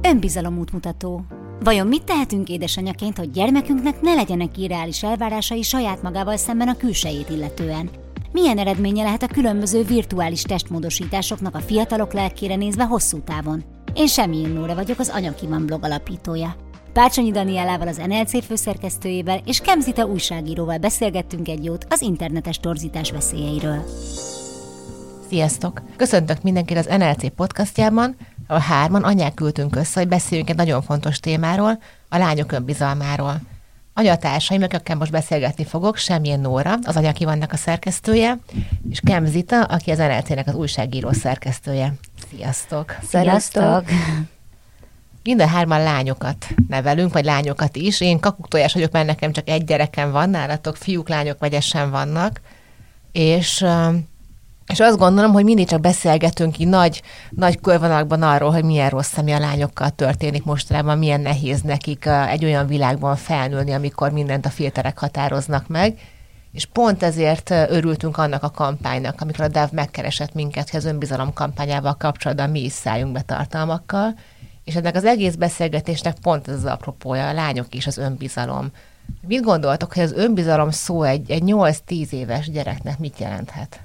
Önbizalom útmutató. Vajon mit tehetünk édesanyaként, hogy gyermekünknek ne legyenek irreális elvárásai saját magával szemben a külsejét illetően? Milyen eredménye lehet a különböző virtuális testmódosításoknak a fiatalok lelkére nézve hosszú távon? Én Semjén Nóra vagyok, az Anya Ki Van blog alapítója. Pácsonyi Daniellával, az NLC főszerkesztőjével és Kemzita újságíróval beszélgettünk egy jót az internetes torzítás veszélyeiről. Sziasztok! Köszöntök mindenkit az NLC podcastjában, ahol hárman anyák ültünk össze, hogy beszéljünk egy nagyon fontos témáról, a lányok önbizalmáról. Anyatársaim, akikkel most beszélgetni fogok, Semjén Nóra, az Anya Ki Vannak a szerkesztője, és Kemzita, aki az NLC-nek az újságíró szerkesztője. Sziasztok! Sziasztok! Mind a hárman lányokat nevelünk, vagy lányokat is. Én kakuktojás vagyok, mert nekem csak egy gyerekem van, nálatok fiúk, lányok vegyesen vannak. És azt gondolom, hogy mindig csak beszélgetünk így nagy körvonalakban arról, hogy milyen rossz, ami a lányokkal történik mostanában, milyen nehéz nekik egy olyan világban felnőni, amikor mindent a filterek határoznak meg. És pont ezért örültünk annak a kampánynak, amikor a DAV megkeresett minket, hogy az önbizalom kampányával kapcsolatban mi is szálljunk be tartalmakkal. És ennek az egész beszélgetésnek pont ez az apropója, a lányok és az önbizalom. Mit gondoltok, hogy az önbizalom szó egy 8-10 éves gyereknek mit jelenthet?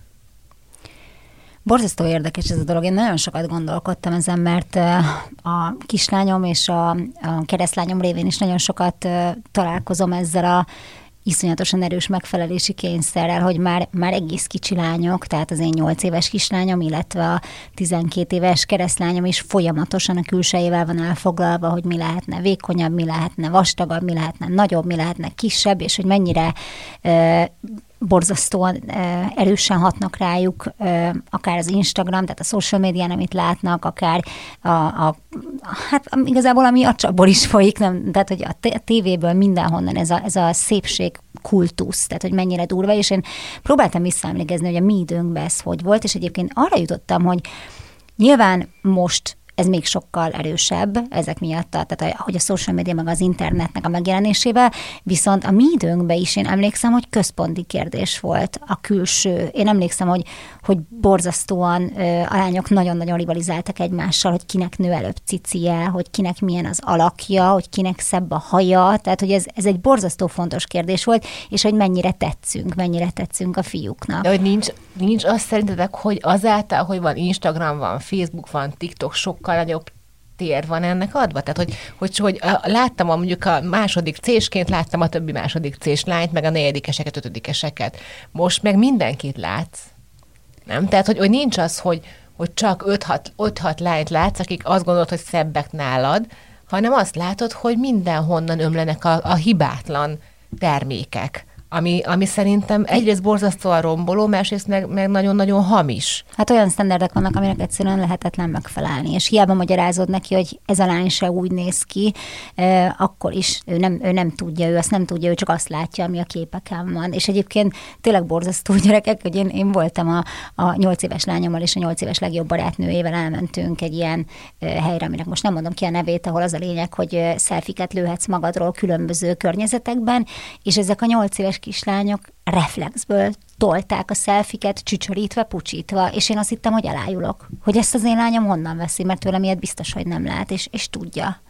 Borzasztó érdekes ez a dolog. Én nagyon sokat gondolkodtam ezen, mert a kislányom és a keresztlányom révén is nagyon sokat találkozom ezzel a iszonyatosan erős megfelelési kényszerrel, hogy már egész kicsi lányok, tehát az én 8 éves kislányom, illetve a 12 éves keresztlányom is folyamatosan a külsejével van elfoglalva, hogy mi lehetne vékonyabb, mi lehetne vastagabb, mi lehetne nagyobb, mi lehetne kisebb, és hogy mennyire borzasztóan erősen hatnak rájuk, akár az Instagram, tehát a social médián, amit látnak, akár hát igazából ami a csapból is folyik, nem, tehát hogy a tévéből mindenhonnan ez a szépség kultusz, tehát hogy mennyire durva, és én próbáltam visszaemlékezni, hogy a mi időnkben ez hogy volt, és egyébként arra jutottam, hogy nyilván most ez még sokkal erősebb ezek miatt, tehát hogy a social media meg az internetnek a megjelenésével, viszont a mi időnkben is én emlékszem, hogy központi kérdés volt a külső. Én emlékszem, hogy borzasztóan a lányok nagyon-nagyon rivalizáltak egymással, hogy kinek nő előbb cicie, hogy kinek milyen az alakja, hogy kinek szebb a haja, tehát hogy ez egy borzasztó fontos kérdés volt, és hogy mennyire tetszünk a fiúknak. De hogy nincs azt szerintetek, hogy azáltal, hogy van Instagram, van Facebook, van TikTok, sokkal nagyobb tér van ennek adva? Tehát, hogy láttam mondjuk a második C-sként, láttam a többi második C-s lányt, meg a negyedikeseket, ötödikeseket. Most meg mindenkit látsz. Nem? Tehát, hogy nincs az, hogy csak 5-6 lányt látsz, akik azt gondolod, hogy szebbek nálad, hanem azt látod, hogy mindenhonnan ömlenek a hibátlan termékek. Ami szerintem egyrészt borzasztóan romboló, másrészt meg nagyon-nagyon hamis. Hát olyan sztenderdek vannak, aminek egyszerűen lehetetlen megfelelni, és hiába magyarázod neki, hogy ez a lány se úgy néz ki, akkor is ő nem tudja, ő azt nem tudja, ő csak azt látja, ami a képeken van. És egyébként tényleg borzasztó gyerekek, hogy én voltam a 8 éves lányommal és a 8 éves legjobb barátnőjével elmentünk egy ilyen helyre, aminek most nem mondom ki a nevét, ahol az a lényeg, hogy szelfiket lőhetsz magadról különböző környezetekben, és ezek a 8 éves kislányok reflexből tolták a szelfiket, csücsörítve, pucsítva, és én azt hittem, hogy elájulok. Hogy ezt az én lányom honnan veszi, mert tőlem ilyet biztos, hogy nem lát, és tudja.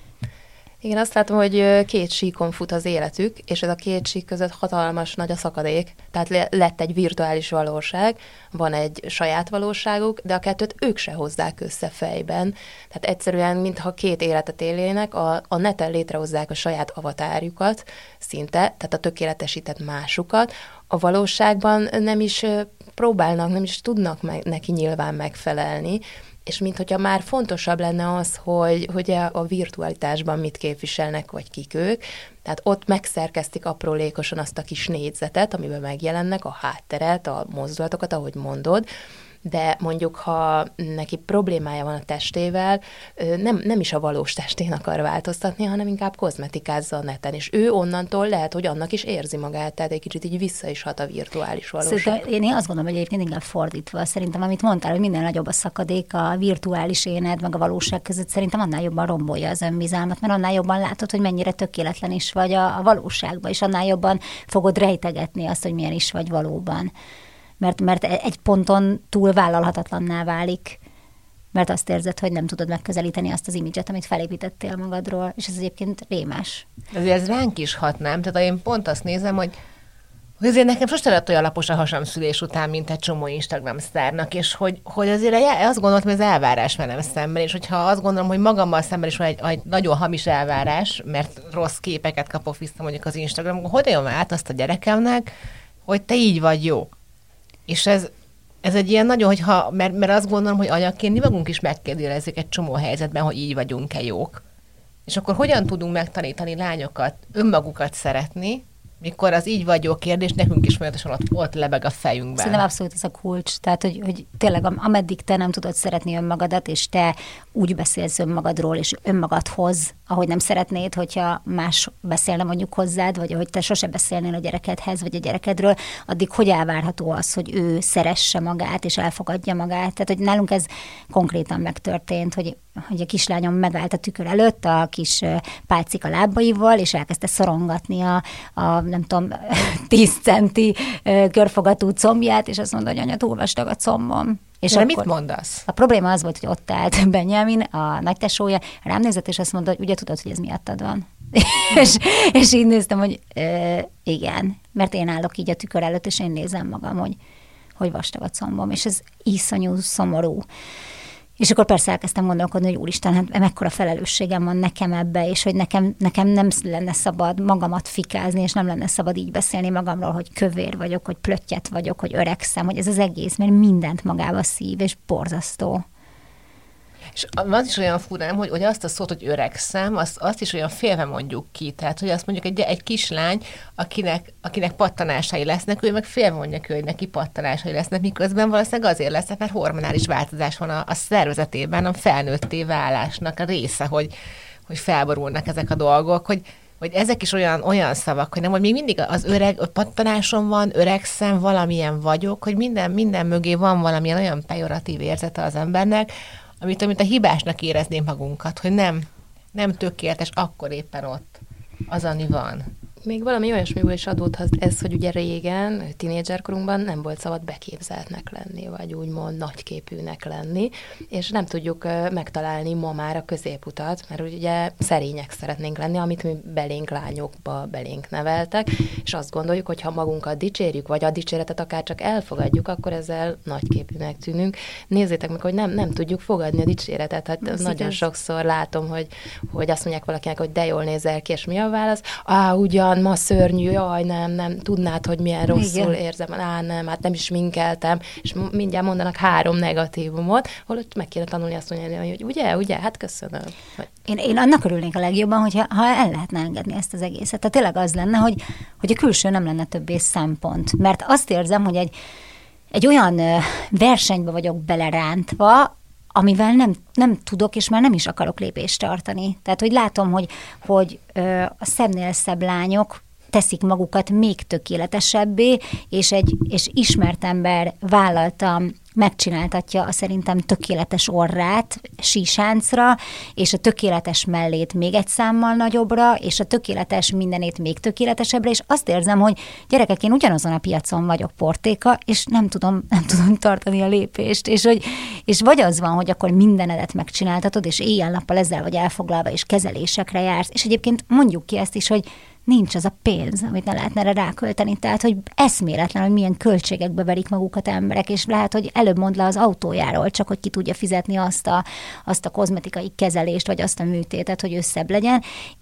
Igen, azt látom, hogy két síkon fut az életük, és ez a két sík között hatalmas nagy a szakadék. Tehát lett egy virtuális valóság, van egy saját valóságuk, de a kettőt ők se hozzák össze fejben. Tehát egyszerűen, mintha két életet élnének, a neten létrehozzák a saját avatárjukat szinte, tehát a tökéletesített másukat. A valóságban nem is próbálnak, nem is tudnak neki nyilván megfelelni, és minthogyha már fontosabb lenne az, hogy a virtualitásban mit képviselnek, vagy kik ők, tehát ott megszerkesztik aprólékosan azt a kis négyzetet, amiben megjelennek a hátteret, a mozdulatokat, ahogy mondod, de mondjuk, ha neki problémája van a testével, nem is a valós testén akar változtatni, hanem inkább kozmetikázza a neten, és ő onnantól lehet, hogy annak is érzi magát, tehát egy kicsit így vissza is hat a virtuális valóság. Szóval én azt gondolom, hogy egyébként inkább fordítva. Szerintem, amit mondtál, hogy minden nagyobb a szakadék a virtuális éned, meg a valóság között, szerintem annál jobban rombolja az önbizalmat, mert annál jobban látod, hogy mennyire tökéletlen is vagy a valóságban, és annál jobban fogod rejtegetni azt, hogy milyen is vagy valóban. Mert egy ponton túl vállalhatatlanná válik. mert azt érzed, hogy nem tudod megközelíteni azt az imidzset, amit felépítettél magadról, és ez egyébként rémes. Azért ez ránk is hat, nem? Tehát én pont azt nézem, hogy azért nekem sosem lett olyan lapos a hasam szülés után, mint egy csomó Instagram sztárnak, és hogy azért azt gondoltam, hogy ez elvárás velem szemben, és hogyha azt gondolom, hogy magammal szemben is van egy nagyon hamis elvárás, mert rossz képeket kapok vissza mondjuk az Instagramon, hogy adjam át azt a gyerekemnek, hogy te így vagy jó. És ez egy ilyen nagyon, mert azt gondolom, hogy anyaként mi magunk is megkérdőjelezzük egy csomó helyzetben, hogy így vagyunk-e jók. És akkor hogyan tudunk megtanítani lányokat önmagukat szeretni, mikor az így vagy jó kérdés nekünk is folyamatosan ott lebeg a fejünkben. Szerintem abszolút ez a kulcs. Tehát, hogy tényleg ameddig te nem tudod szeretni önmagadat, és te úgy beszélsz önmagadról, és önmagadhoz, ahogy nem szeretnéd, hogyha más beszélne mondjuk hozzád, vagy ahogy te sose beszélnél a gyerekedhez, vagy a gyerekedről, addig hogy elvárható az, hogy ő szeresse magát, és elfogadja magát. Tehát, hogy nálunk ez konkrétan megtörtént, hogy a kislányom megállt a tükör előtt a kis pálcika lábaival, és elkezdte szorongatni a nem tudom, 10 centi körfogatú combját, és azt mondta, hogy anya, túl vastag a combom. És de mit mondasz? A probléma az volt, hogy ott állt Benjamin, a nagytesója, rám nézett, és azt mondta, hogy ugye tudod, hogy ez miattad van. és így néztem, hogy igen, mert én állok így a tükör előtt, és én nézem magam, hogy vastag a combom, és ez iszonyú szomorú. És akkor persze elkezdtem gondolkodni, hogy úristen, hát mekkora felelősségem van nekem ebbe, és hogy nekem nem lenne szabad magamat fikázni, és nem lenne szabad így beszélni magamról, hogy kövér vagyok, hogy plöttyet vagyok, hogy öregszem, hogy ez az egész, mert mindent magába szív, és borzasztó. És az is olyan furán, hogy azt a szót, hogy öregszem, azt is olyan félve mondjuk ki. Tehát, hogy azt mondjuk egy kislány, akinek pattanásai lesznek, ő meg félve mondja ki, hogy neki pattanásai lesznek, miközben valószínűleg azért lesznek, mert hormonális változás van a szervezetében, a felnőtté válásnak a része, hogy felborulnak ezek a dolgok, hogy ezek is olyan szavak, hogy nem, hogy még mindig az pattanásom van, öregszem, valamilyen vagyok, hogy minden mögé van valamilyen olyan pejoratív érzete az embernek, amit a hibásnak érezném magunkat, hogy nem tökéletes, akkor éppen ott az, ami van. Még valami olyasmiből is adódhat ez, hogy ugye régen, tínédzserkorunkban nem volt szabad beképzeltnek lenni, vagy úgymond nagyképűnek lenni, és nem tudjuk megtalálni ma már a középutat, mert ugye szerények szeretnénk lenni, amit mi belénk neveltek, és azt gondoljuk, hogy ha magunkat dicsérjük, vagy a dicséretet akár csak elfogadjuk, akkor ezzel nagyképűnek tűnünk. Nézzétek meg, hogy nem tudjuk fogadni a dicséretet. Hát nagyon sokszor látom, hogy azt mondják valakinek, hogy de jól nézel ki, és mi a válasz? Ugyan, ma szörnyű, jaj, nem, tudnád, hogy milyen rosszul érzem, nem, hát nem is minkeltem, és mindjárt mondanak 3 negatívumot, holott meg kéne tanulni azt mondani, hogy ugye, hát köszönöm. Én annak örülnék a legjobban, ha el lehetne engedni ezt az egészet. Tehát tényleg az lenne, hogy a külső nem lenne többé szempont. Mert azt érzem, hogy egy olyan versenybe vagyok belerántva, amivel nem tudok, és már nem is akarok lépést tartani. Tehát, hogy látom, hogy a szebbnél szebb lányok teszik magukat még tökéletesebbé, és ismert ember vállaltan megcsináltatja a szerintem tökéletes orrát sísáncra, és a tökéletes mellét még egy számmal nagyobbra, és a tökéletes mindenét még tökéletesebbre, és azt érzem, hogy gyerekek, én ugyanazon a piacon vagyok portéka, és nem tudom tartani a lépést, és vagy az van, hogy akkor mindenedet megcsináltatod, és éjjel-nappal ezzel vagy elfoglalva, és kezelésekre jársz, és egyébként mondjuk ki ezt is, hogy nincs az a pénz, amit ne lehetne erre rákölteni. Tehát, hogy eszméletlen, hogy milyen költségekbe verik magukat emberek, és lehet, hogy előbb mond le az autójáról, csak hogy ki tudja fizetni azt a kozmetikai kezelést, vagy azt a műtétet, hogy összebb legyen,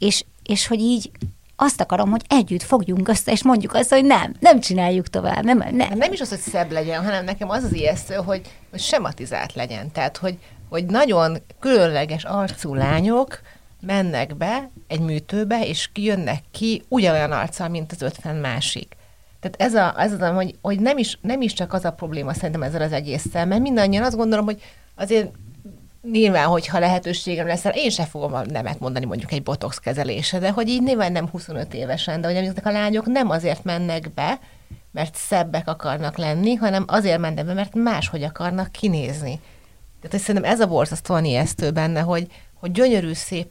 és hogy így azt akarom, hogy együtt fogjunk össze, és mondjuk azt, hogy nem csináljuk tovább. Nem is az, hogy szebb legyen, hanem nekem az ijesztő, hogy sematizált legyen. Tehát, hogy nagyon különleges arcú lányok mennek be egy műtőbe, és jönnek ki ugyanolyan arccal, mint az 50 másik. Tehát ez az, hogy nem is csak az a probléma szerintem ezzel az egésszel, mert mindannyian azt gondolom, hogy azért nyilván, hogyha lehetőségem lesz, én sem fogom nemet mondani mondjuk egy botox kezelése, de hogy így nyilván nem 25 évesen, de hogy ezek a lányok nem azért mennek be, mert szebbek akarnak lenni, hanem azért mennek be, mert máshogy akarnak kinézni. Tehát szerintem ez a borzasztóan ijesztő benne, hogy gyönyörű, szép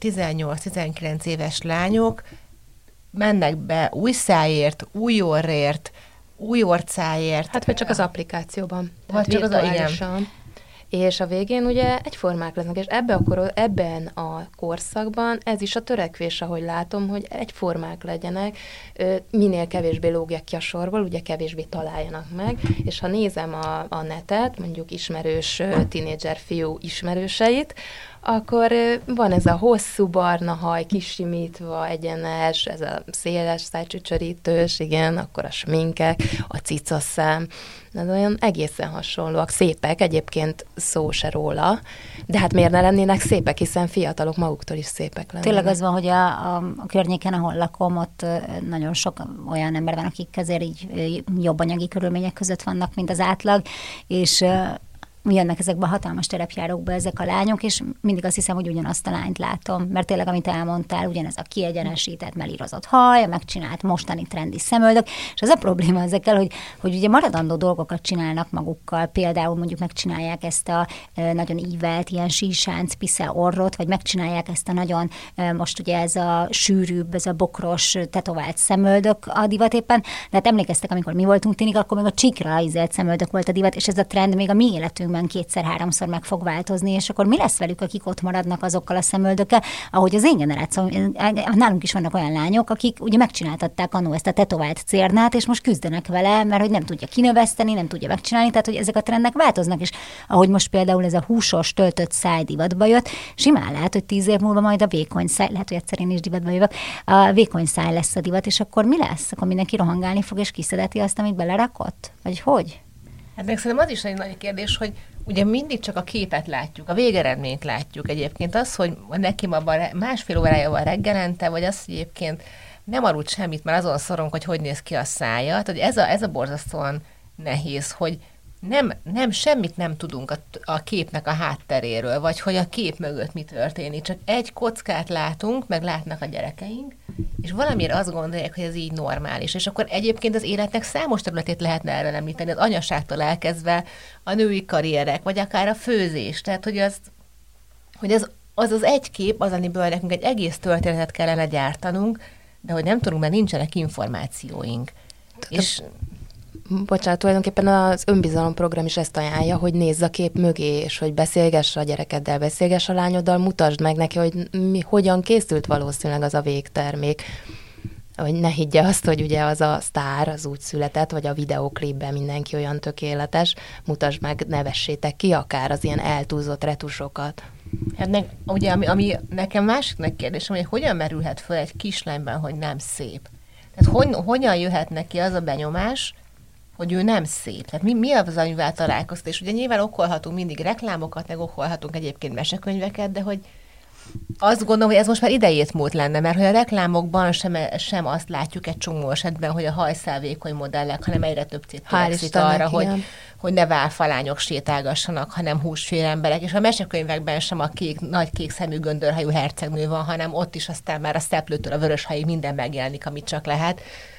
18-19 éves lányok mennek be új szájért, új orrért, új orcáért. Hát vagy csak az applikációban. Vagy csak az, igen. és a végén ugye egyformák lesznek, és ebben a korszakban ez is a törekvés, ahogy látom, hogy egyformák legyenek, minél kevésbé lógják ki a sorból, ugye kevésbé találjanak meg, és ha nézem a netet, mondjuk ismerős tínédzser fiú ismerőseit, akkor van ez a hosszú barna haj, kisimítva, egyenes, ez a széles szájcsücsörítős, igen, akkor a sminkek, a cicaszám, de olyan egészen hasonlóak, szépek, egyébként szó se róla, de hát miért ne lennének szépek, hiszen fiatalok maguktól is szépek lennének. Tényleg az van, hogy a környéken, ahol lakom, ott nagyon sok olyan ember van, akik azért így jobb anyagi körülmények között vannak, mint az átlag, és jönnek ezekbe a hatalmas terepjárókba ezek a lányok, és mindig azt hiszem, hogy ugyanazt a lányt látom, mert tényleg, amit elmondtál, ugyanez a kiegyenesített, melírozott haj, a megcsinált mostani trendi szemöldök, és az a probléma ezekkel, hogy ugye maradandó dolgokat csinálnak magukkal, például mondjuk megcsinálják ezt a nagyon ívelt, ilyen sísánc, pisze orrot, vagy megcsinálják ezt a nagyon, most ugye ez a sűrűbb, ez a bokros, tetovált szemöldök a divat éppen, de hát emlékeztek, amikor mi voltunk tényleg, akkor még a csíkra ízelt szemöldök volt a divat, és ez a trend még a mi életünkben kétszer-háromszor meg fog változni, és akkor mi lesz velük, akik ott maradnak azokkal a szemöldökkel, ahogy az én generációm, nálunk is vannak olyan lányok, akik ugye megcsináltatták annó ezt a tetovált cérnát, és most küzdenek vele, mert hogy nem tudja kinöveszteni, nem tudja megcsinálni, tehát hogy ezek a trendek változnak, és ahogy most például ez a húsos, töltött száj divatba jött, simán lehet, hogy 10 év múlva majd a vékony száj, lehet, hogy egyszer én is divatba jövök, a vékony száj lesz a divat, és akkor mi lesz? Akkor mindenki rohangálni fog, és kiszedeti azt, amit belerakott? Vagy hogy? Hát meg szerintem az is egy nagy kérdés, hogy ugye mindig csak a képet látjuk, a végeredményt látjuk egyébként. Az, hogy neki abban másfél órája van reggelente, vagy az, hogy egyébként nem aludt semmit, mert azon szorong, hogy néz ki a szája. Tehát ez a borzasztóan nehéz, hogy nem semmit nem tudunk a képnek a hátteréről, vagy hogy a kép mögött mi történik. Csak egy kockát látunk, meg látnak a gyerekeink, és valamiért azt gondolják, hogy ez így normális. És akkor egyébként az életnek számos területét lehetne erre említeni, az anyaságtól elkezdve a női karrierek, vagy akár a főzés. Tehát, hogy az egy kép, az, amiből nekünk egy egész történetet kellene gyártanunk, de hogy nem tudunk, mert nincsenek információink. És bocsánat, tulajdonképpen az önbizalomprogram is ezt ajánlja, hogy nézz a kép mögé, és hogy beszélgess a gyerekeddel, beszélgess a lányoddal, mutasd meg neki, hogy hogyan készült valószínűleg az a végtermék. Hogy ne higgye azt, hogy ugye az a sztár, az úgy született, vagy a videóklipben mindenki olyan tökéletes, mutasd meg, ne vessétek ki akár az ilyen eltúlzott retusokat. Hát ugye, ami nekem másiknak kérdésem, hogy hogyan merülhet föl egy kislányban, hogy nem szép. Tehát hogyan jöhet neki az a benyomás, hogy ő nem szép. Tehát mi az, amivel találkoztat? És ugye nyilván okolhatunk mindig reklámokat, meg okolhatunk egyébként mesekönyveket, de hogy azt gondolom, hogy ez most már idejét múlt lenne, mert hogy a reklámokban sem azt látjuk egy csomó esetben, hogy a hajszálvékony modellek, hanem egyre több cég törekszik arra, hogy ne válfalányok sétálgassanak, hanem húsfél emberek, és a mesekönyvekben sem a nagy kék szemű göndörhajú hercegnő van, hanem ott is aztán már a szeplőtől a vöröshaig minden megjelenik, amit csak lehet.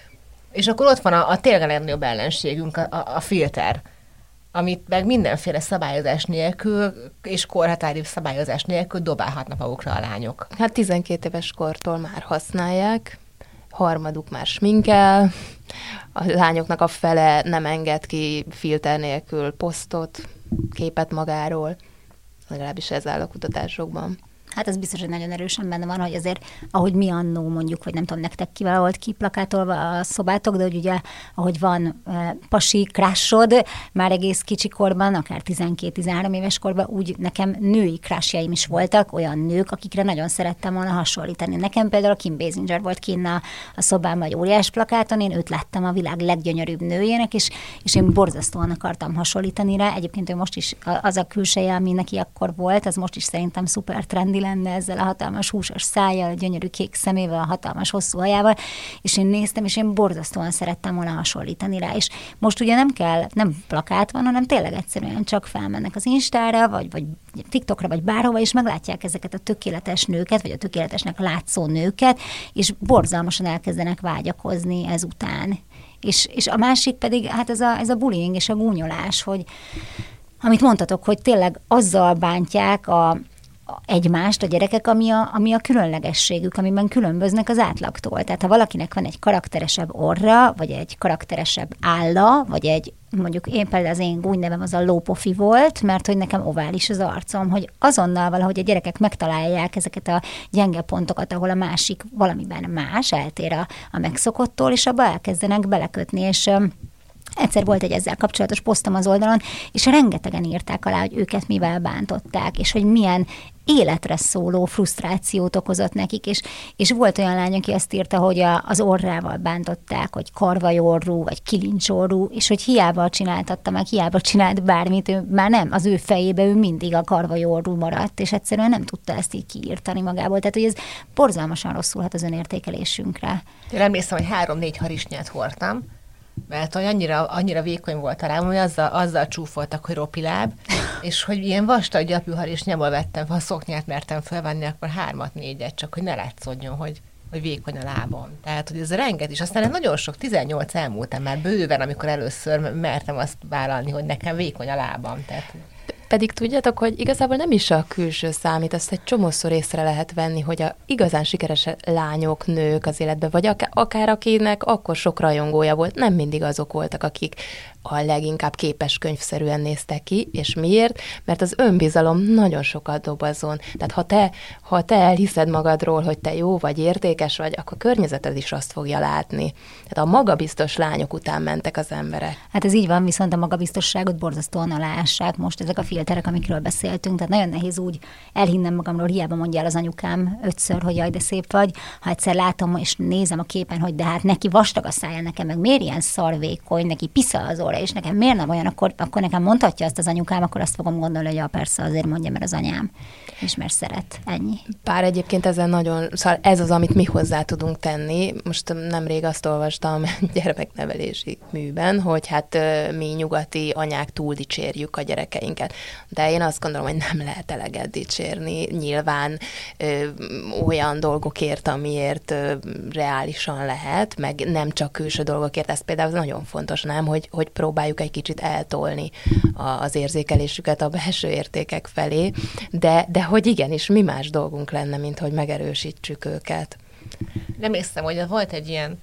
És akkor ott van a tényleg a legnagyobb ellenségünk, a filter, amit meg mindenféle szabályozás nélkül és korhatári szabályozás nélkül dobálhatnak magukra a lányok. Hát 12 éves kortól már használják, harmaduk már sminkel, a lányoknak a fele nem enged ki filter nélkül posztot, képet magáról, legalábbis ez áll a kutatásokban. Hát ez biztos, hogy nagyon erősen benne van, hogy azért, ahogy mi annó mondjuk, vagy nem tudom, nektek kivel volt kiplakátolva a szobátok, de hogy ugye, ahogy van pasi crushod, már egész kicsikorban, akár 12-13 éves korban, úgy nekem női crushjaim is voltak, olyan nők, akikre nagyon szerettem volna hasonlítani. Nekem például a Kim Basinger volt kinn a szobámban egy óriás plakáton, én őt láttam a világ leggyönyörűbb nőjének, és én borzasztóan akartam hasonlítani rá. Egyébként ő most is az a külseje, ami neki akkor volt, az most is szerintem szuper trendi lenne ezzel a hatalmas húsos szájjal, a gyönyörű kék szemével, a hatalmas hosszú hajával, és én néztem, és én borzasztóan szerettem volna hasonlítani rá, és most ugye nem plakát van, hanem tényleg egyszerűen csak felmennek az Instára, vagy TikTokra, vagy bárhova, és meglátják ezeket a tökéletes nőket, vagy a tökéletesnek látszó nőket, és borzalmasan elkezdenek vágyakozni ezután. És a másik pedig, hát ez a bullying és a gúnyolás, hogy amit mondtatok, hogy tényleg azzal bántják egymást a gyerekek, ami a különlegességük, amiben különböznek az átlagtól. Tehát ha valakinek van egy karakteresebb orra, vagy egy karakteresebb álla, vagy egy, mondjuk én például az én gúnynevem az a lópofi volt, mert hogy nekem ovális az arcom, hogy azonnal valahogy a gyerekek megtalálják ezeket a gyenge pontokat, ahol a másik valamiben más, eltér a megszokottól, és abba elkezdenek belekötni, és egyszer volt egy ezzel kapcsolatos posztom az oldalon, és rengetegen írták alá, hogy őket mivel bántották, és hogy milyen életre szóló frusztrációt okozott nekik, és volt olyan lány, aki azt írta, hogy az orrával bántották, hogy karvajorrú, vagy kilincsorrú, és hogy hiába csináltatta meg, hiába csinált bármit, ő már nem, az ő fejébe ő mindig a karvajorrú maradt, és egyszerűen nem tudta ezt így kiírtani magából. Tehát, hogy ez borzalmasan rosszul hat az önértékelésünkre. Én emlékszem, hogy 3-4 harisnyát hordtam, mert hogy annyira vékony volt a lábam, hogy azzal csúfoltak, hogy ropiláb, és hogy ilyen vastag gyapjúharisnyából vettem, ha szoknyát mertem felvenni, akkor 3-4-et, csak hogy ne látszódjon, hogy vékony a lábam. Tehát, hogy ez renget is. Aztán nagyon sok, 18 elmúltam már bőven, amikor először mertem azt vállalni, hogy nekem vékony a lábam. Tehát... Pedig tudjátok, hogy igazából nem is a külső számít, azt egy csomószor észre lehet venni, hogy a igazán sikeres lányok, nők az életben, vagy akár akinek akkor sok rajongója volt, nem mindig azok voltak, akik a leginkább képes könyvszerűen néztek ki, és miért? Mert az önbizalom nagyon sokat dob azon. Tehát ha te elhiszed magadról, hogy te jó vagy, értékes vagy, akkor a környezeted is azt fogja látni. Tehát a magabiztos lányok után mentek az emberek. Hát ez így van, viszont a magabiztosságot borzasztóan aláássák most ezek a filterek, amikről beszéltünk, tehát nagyon nehéz úgy elhinnem magamról, hiába mondja el az anyukám 5-ször, hogy jaj, de szép vagy, ha egyszer látom és nézem a képen, hogy de hát neki vastag a szája, nekem meg miért ilyen szarvékony, neki pisza az orra, és nekem miért nem olyan, akkor nekem mondhatja azt az anyukám, akkor azt fogom gondolni, hogy ja, persze azért mondja, mert az anyám, és mert szeret, ennyi. Bár egyébként ezen nagyon, szóval ez az, amit mi hozzá tudunk tenni. Most nemrég azt olvastam gyermeknevelési műben, hogy hát mi nyugati anyák túl dicsérjük a gyerekeinket. De én azt gondolom, hogy nem lehet eleget dicsérni. Nyilván olyan dolgokért, amiért reálisan lehet, meg nem csak külső dolgokért. Ez például nagyon fontos, nem? Hogy próbáljuk egy kicsit eltolni az érzékelésüket a belső értékek felé, de hogy igenis, mi más dolgunk lenne, mint hogy megerősítsük őket. Nem hiszem, hogy volt egy ilyen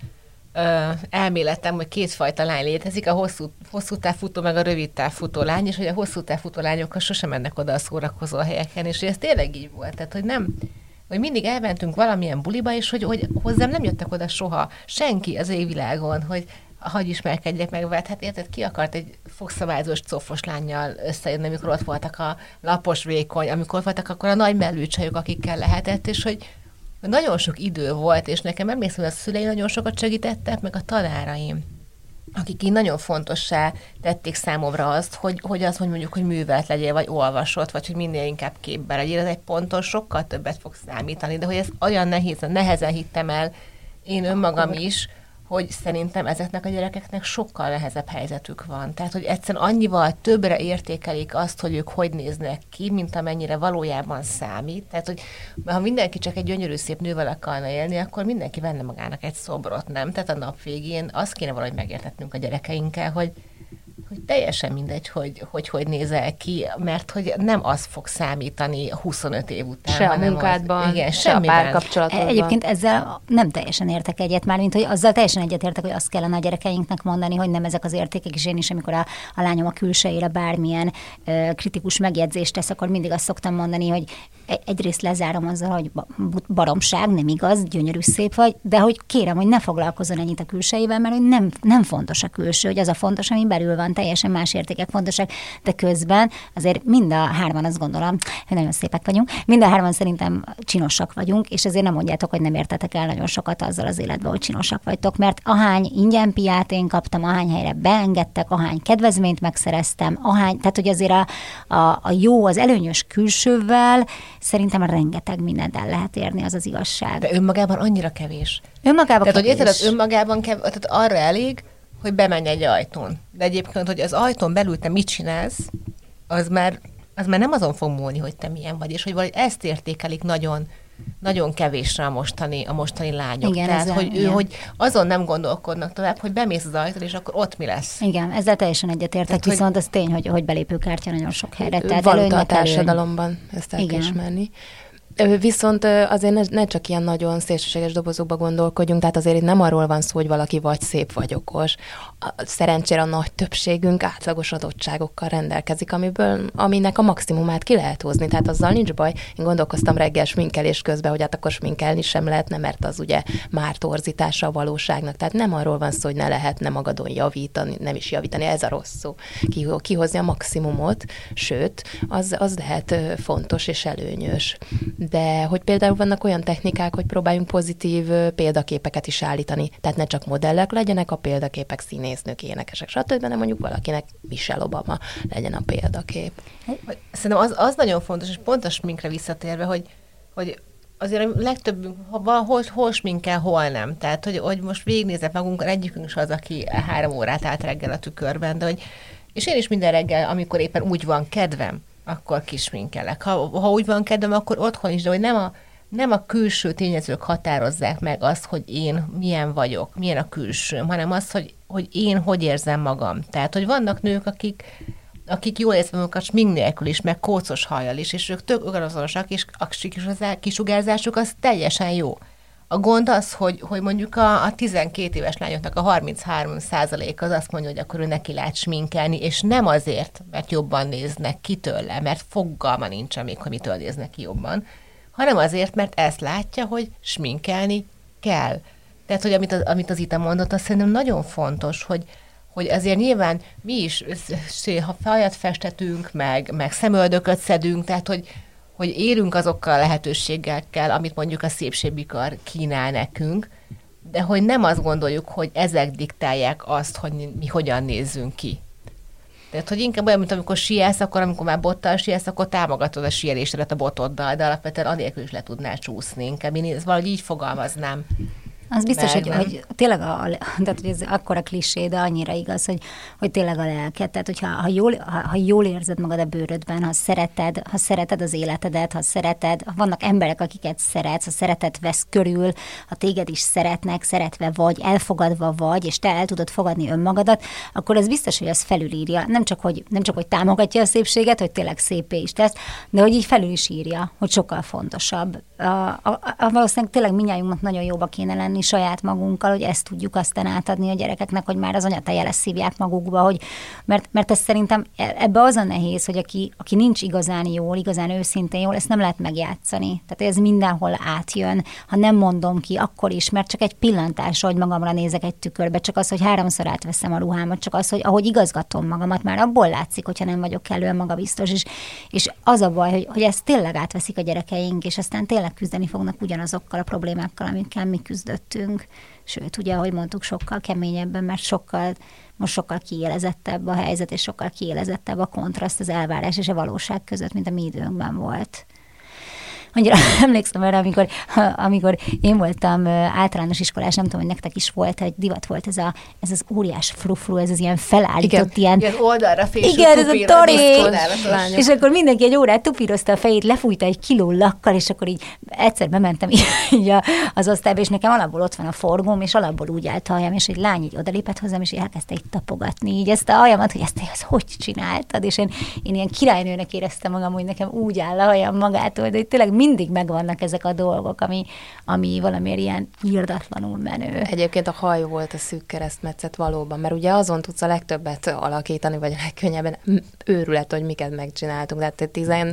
elméletem, hogy kétfajta lány létezik, a hosszú távfutó meg a rövid távfutó lány, és hogy a hosszú távfutó lányokkal sosem mennek oda a szórakozó helyeken, és ez tényleg így volt. Tehát, hogy nem, hogy mindig elmentünk valamilyen buliba, és hogy hozzám nem jöttek oda soha senki az égvilágon, hogy hagyj ismerkedjek meg veled. Hát érted, ki akart egy fogszabályozós cofos lánnyal összejönni, amikor ott voltak a lapos vékony, amikor voltak akkor a nagy mellű csajok, akikkel lehetett, és hogy nagyon sok idő volt, és nekem emlékszem, hogy a szüleim nagyon sokat segítettek, meg a tanáraim, akik így nagyon fontossá tették számomra azt, hogy mondjuk, hogy művelt legyél, vagy olvasott, vagy hogy minél inkább képben legyél. Ez egy ponton sokkal többet fog számítani, de hogy ez olyan nehezen hittem el én önmagam is, hogy szerintem ezeknek a gyerekeknek sokkal nehezebb helyzetük van. Tehát, hogy egyszerűen annyival többre értékelik azt, hogy ők hogy néznek ki, mint amennyire valójában számít. Tehát, hogy ha mindenki csak egy gyönyörű szép nővel akarna élni, akkor mindenki venne magának egy szobrot, nem? Tehát a nap végén azt kéne valahogy megértetnünk a gyerekeinkkel, hogy teljesen mindegy, hogy nézel ki, mert hogy nem az fog számítani 25 év után. Se a munkádban, igen, se a párkapcsolatban. Egyébként ezzel nem teljesen értek egyet már, mint hogy azzal teljesen egyetértek, hogy azt kellene a gyerekeinknek mondani, hogy nem ezek az értékek, és én is, amikor a lányom a külsejére bármilyen kritikus megjegyzést tesz, akkor mindig azt szoktam mondani, hogy egyrészt lezárom azzal, hogy baromság, nem igaz, gyönyörű szép vagy, de hogy kérem, hogy ne foglalkozzon ennyit a külsejével, mert hogy nem fontos a külső, hogy az a fontos, ami belül van, teljesen más értékek fontosak, de közben azért mind a hárman azt gondolom, hogy nagyon szépek vagyunk, mind a hárman szerintem csinosak vagyunk, és ezért nem mondjátok, hogy nem értetek el nagyon sokat azzal az életben, hogy csinosak vagytok, mert ahány ingyen piát én kaptam, ahány helyre beengedtek, ahány kedvezményt megszereztem, tehát hogy azért a jó, az előnyös külsővel szerintem rengeteg mindent el lehet érni, az az igazság. De önmagában annyira kevés. Önmagában tehát, kevés. hogy érted, az önmagában tehát arra elég, hogy bemenj egy ajtón. De egyébként, hogy az ajtón belül te mit csinálsz, az már nem azon fog múlni, hogy te milyen vagy, és hogy valahogy ezt értékelik nagyon nagyon kevésre a mostani lányok. Igen, tehát, ezzel, hogy igen. hogy azon nem gondolkodnak tovább, hogy bemész az ajtón, és akkor ott mi lesz. Igen, ezzel teljesen egyetértek, Tehát, viszont az tény, hogy belépőkártya nagyon sok helyre. Tehát Van a előnynek társadalomban, ezt el kell Igen. ismerni. Viszont azért ne csak ilyen nagyon szélsőséges dobozokba gondolkodjunk, tehát azért itt nem arról van szó, hogy valaki vagy szép, vagy okos. Szerencsére a nagy többségünk átlagos adottságokkal rendelkezik, aminek a maximumát ki lehet hozni, tehát azzal nincs baj. Én gondolkoztam reggel sminkelés közben, hogy hát akkor sminkelni sem lehetne, mert az ugye már torzítása a valóságnak. Tehát nem arról van szó, hogy ne lehetne magadon javítani, nem is javítani, ez a rossz szó. Kihozni a maximumot, sőt, az lehet fontos és előnyös. De hogy például vannak olyan technikák, hogy próbáljunk pozitív példaképeket is állítani. Tehát ne csak modellek legyenek a példaképek, színésznők, énekesek, stb., hanem mondjuk valakinek Michelle Obama legyen a példakép. Szerintem az nagyon fontos, és pont a sminkre visszatérve, hogy azért a legtöbbünk hol sminkel, hol nem. Tehát, hogy most végignézek magunkon, egyikünk is az, aki 3 órát állt reggel a tükörben, de és én is minden reggel, amikor éppen úgy van kedvem, akkor kisminkelek. Ha úgy van kedvem, akkor otthon is, de hogy nem a külső tényezők határozzák meg azt, hogy én milyen vagyok, milyen a külsőm, hanem az, hogy én hogy érzem magam. Tehát, hogy vannak nők, akik jól érzik magukat smink nélkül is, meg kócos hajjal is, és ők tök ugyanazonosak, és a kisugárzásuk az teljesen jó. A gond az, hogy mondjuk a 12 éves lányoknak a 33% az azt mondja, hogy akkor ő neki lát sminkelni, és nem azért, mert jobban néznek ki tőle, mert fogalma nincsen még, hogy mitől néznek ki jobban, hanem azért, mert ezt látja, hogy sminkelni kell. Tehát, hogy amit az Ita mondott, azt szerintem nagyon fontos, hogy azért nyilván mi is, ha fejat festetünk, meg szemöldököt szedünk, tehát, hogy érünk azokkal a lehetőségekkel, amit mondjuk a szépségikar kínál nekünk, de hogy nem azt gondoljuk, hogy ezek diktálják azt, hogy mi hogyan nézzünk ki. Tehát, hogy inkább olyan, mint amikor síelsz, akkor amikor már bottal síelsz, akkor támogatod a síelésedet a botoddal, de alapvetően anélkül is le tudnál csúszni. Inkább én valahogy így fogalmaznám. Az biztos, hogy tényleg tehát, hogy ez akkora klisé, de annyira igaz, hogy tényleg a lelked. Tehát, hogyha ha jól érzed magad a bőrödben, ha szereted az életedet, ha vannak emberek, akiket szeretsz, ha szeretet vesz körül, ha téged is szeretnek, szeretve vagy, elfogadva vagy, és te el tudod fogadni önmagadat, akkor az biztos, hogy az felülírja. Nem csak, hogy támogatja a szépséget, hogy tényleg szépé is tesz, de hogy így felül is írja, hogy sokkal fontosabb. Valószínűleg tényleg mindnyájunknak nagyon jóba kéne lenni saját magunkkal, hogy ezt tudjuk aztán átadni a gyerekeknek, hogy már az anyateje leszívják magukba, mert ez szerintem ebbe az a nehéz, hogy aki nincs igazán jól, igazán őszintén jól, ezt nem lehet megjátszani. Tehát ez mindenhol átjön. Ha nem mondom ki, akkor is, mert csak egy pillantás, hogy magamra nézek egy tükörbe, csak az, hogy 3-szor átveszem a ruhámat, csak az, hogy ahogy igazgatom magamat, már abból látszik, hogyha nem vagyok kellően magabiztos, és az a baj, hogy ezt tényleg átveszik a gyerekeink, és aztán tényleg küzdeni fognak ugyanazokkal a problémákkal, amikkel mi küzdöttünk. Sőt, ugye, ahogy mondtuk, sokkal keményebben, mert most sokkal kiélezettebb a helyzet, és sokkal kiélezettebb a kontraszt az elvárás és a valóság között, mint a mi időnkben volt. Annyira emlékszem erre, amikor én voltam általános iskolás, nem tudom, hogy nektek is volt, egy divat volt ez az óriás frufru, ez az ilyen felállított, ilyen oldalra fésült igen, ez a tori, és akkor mindenki egy órát tupírozta a fejét, lefújta egy kiló lakkal, és akkor így egyszer bementem így az osztályba, és nekem alapból ott van a forgóm, és alapból úgy állt a hajam, és egy lány így odalépett hozzám, és így elkezdte így tapogatni, így ezt a hajamat, hogy ezt hogy csináltad, és én ilyen királynőnek éreztem magam, hogy nekem úgy áll a hajam magától, de tényleg mindig megvannak ezek a dolgok, ami valamiért ilyen írdatlanul menő. Egyébként a haj volt a szűk keresztmetszet valóban, mert ugye azon tudsz a legtöbbet alakítani, vagy a legkönnyebben őrület, hogy miket megcsináltunk. Tehát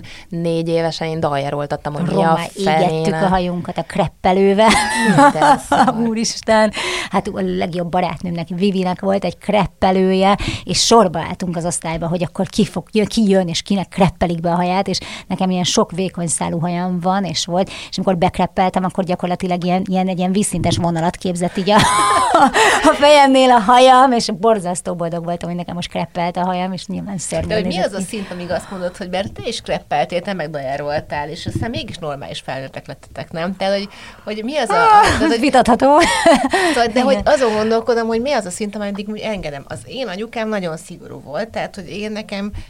14 évesen én daljaroltattam, hogy mi a fenének. Égettük a hajunkat a kreppelővel. Úristen! Hát a legjobb barátnőmnek, Vivinek volt egy kreppelője, és sorba álltunk az osztályba, hogy akkor ki jön, és kinek kreppelik be a haját, és nekem ilyen sok vékony szálú hajam van, és volt, és amikor bekreppeltem, akkor gyakorlatilag egy ilyen vízszintes vonalat képzett így a fejemnél a hajam, és borzasztó boldog voltam, hogy nekem most kreppelt a hajam, és nyilván szörnyű. De hogy mi az a szint, amíg azt mondod, hogy mert te is kreppeltél, te meg dajároltál, és aztán mégis normális felnőttek lettetek, nem? Tehát, hogy mi az vitatható. De hogy azon gondolkodom, hogy mi az a szint, ameddig engedem. Az én anyukám nagyon szigorú volt, tehát, hogy én nekem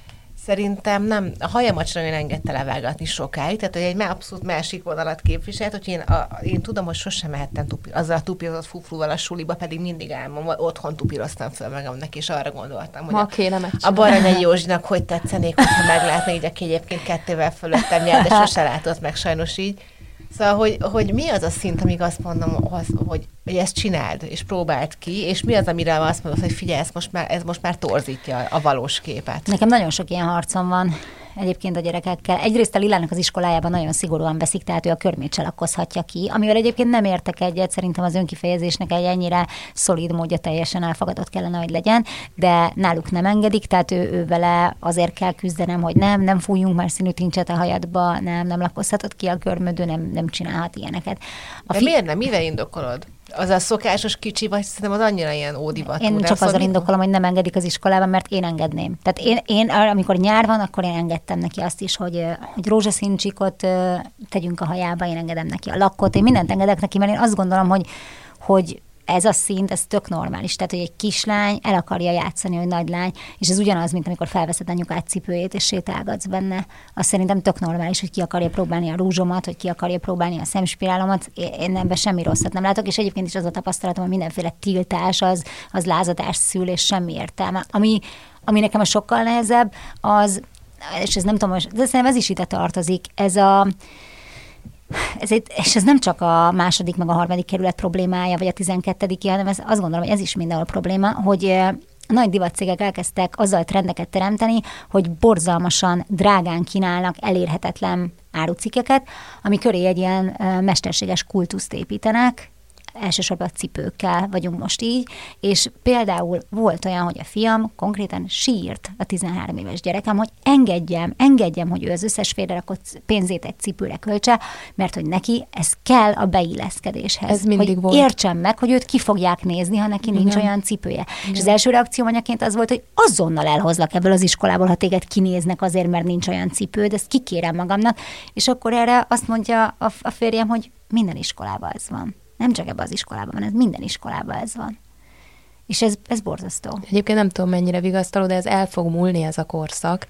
Szerintem nem, a hajamat sem nagyon engedte levágatni sokáig, tehát hogy egy abszolút másik vonalat képviselt, hogy én tudom, hogy sosem mehettem azzal a tupirozott fufruval a suliba, pedig mindig álmom, otthon tupiroztam föl magamnak, és arra gondoltam, hogy a Baranyai Józsinak hogy tetszenék, hogyha meglátni, így aki egyébként 2-vel fölöttem jár, de sose látott meg sajnos így. Szóval, hogy mi az a szint, amíg azt mondom, hogy ezt csináld, és próbáld ki, és mi az, amire azt mondod, hogy figyelj, ez most már torzítja a valós képet. Nekem nagyon sok ilyen harcom van egyébként a gyerekekkel. Egyrészt a Lilának az iskolájában nagyon szigorúan veszik, tehát ő a körmét se lakkozhatja ki, amivel egyébként nem értek egyet, szerintem az önkifejezésnek egy ennyire szolid módja teljesen elfogadott kellene, hogy legyen, de náluk nem engedik, tehát ő vele azért kell küzdenem, hogy nem fújjunk már színű tincset a hajadba, nem lakkozhatod ki a körmödő, nem csinálhat ilyeneket. De miért nem? Mivel indokolod? Az a szokásos kicsi, vagy szerintem az annyira ilyen ódivatú. Én csak azzal indokolom, hogy nem engedik az iskolában, mert én engedném. Tehát én amikor nyár van, akkor én engedtem neki azt is, hogy rózsaszín csíkot tegyünk a hajába, én engedem neki a lakkot, én mindent engedek neki, mert én azt gondolom, hogy ez a szint, ez tök normális. Tehát, hogy egy kislány el akarja játszani, hogy nagylány, és ez ugyanaz, mint amikor felveszed anyukád cipőjét, és sétálgatsz benne. Azt szerintem tök normális, hogy ki akarja próbálni a rúzsomat, hogy ki akarja próbálni a szemspirálomat. Én ebben semmi rosszat nem látok, és egyébként is az a tapasztalatom, hogy mindenféle tiltás, az lázadást szül, és semmi értelme. Ami nekem a sokkal nehezebb, az, és ez nem tudom, de szerintem ez is ide tartozik, és ez nem csak a második, meg a harmadik kerület problémája, vagy a 12-i, hanem azt gondolom, hogy ez is mindenhol probléma, hogy nagy divatcégek elkezdtek azzal trendeket teremteni, hogy borzalmasan drágán kínálnak elérhetetlen árucikkeket, ami köré egy ilyen mesterséges kultuszt építenek, elsősorban a cipőkkel vagyunk most így, és például volt olyan, hogy a fiam konkrétan sírt, a 13 éves gyerekem, hogy engedjem, hogy ő az összes félrerakott pénzét egy cipőre költse, mert hogy neki ez kell a beilleszkedéshez. Ez mindig hogy volt. Értsem meg, hogy őt ki fogják nézni, ha neki nincs olyan cipője. Igen. És az első reakció anyaként az volt, hogy azonnal elhozlak ebből az iskolából, ha téged kinéznek azért, mert nincs olyan cipőd, ezt kikérem magamnak, és akkor erre azt mondja a férjem, hogy minden iskolában ez van. Nem csak ebben az iskolában van, ez minden iskolában ez van. És ez borzasztó. Egyébként nem tudom, mennyire vigasztaló, de ez el fog múlni, ez a korszak,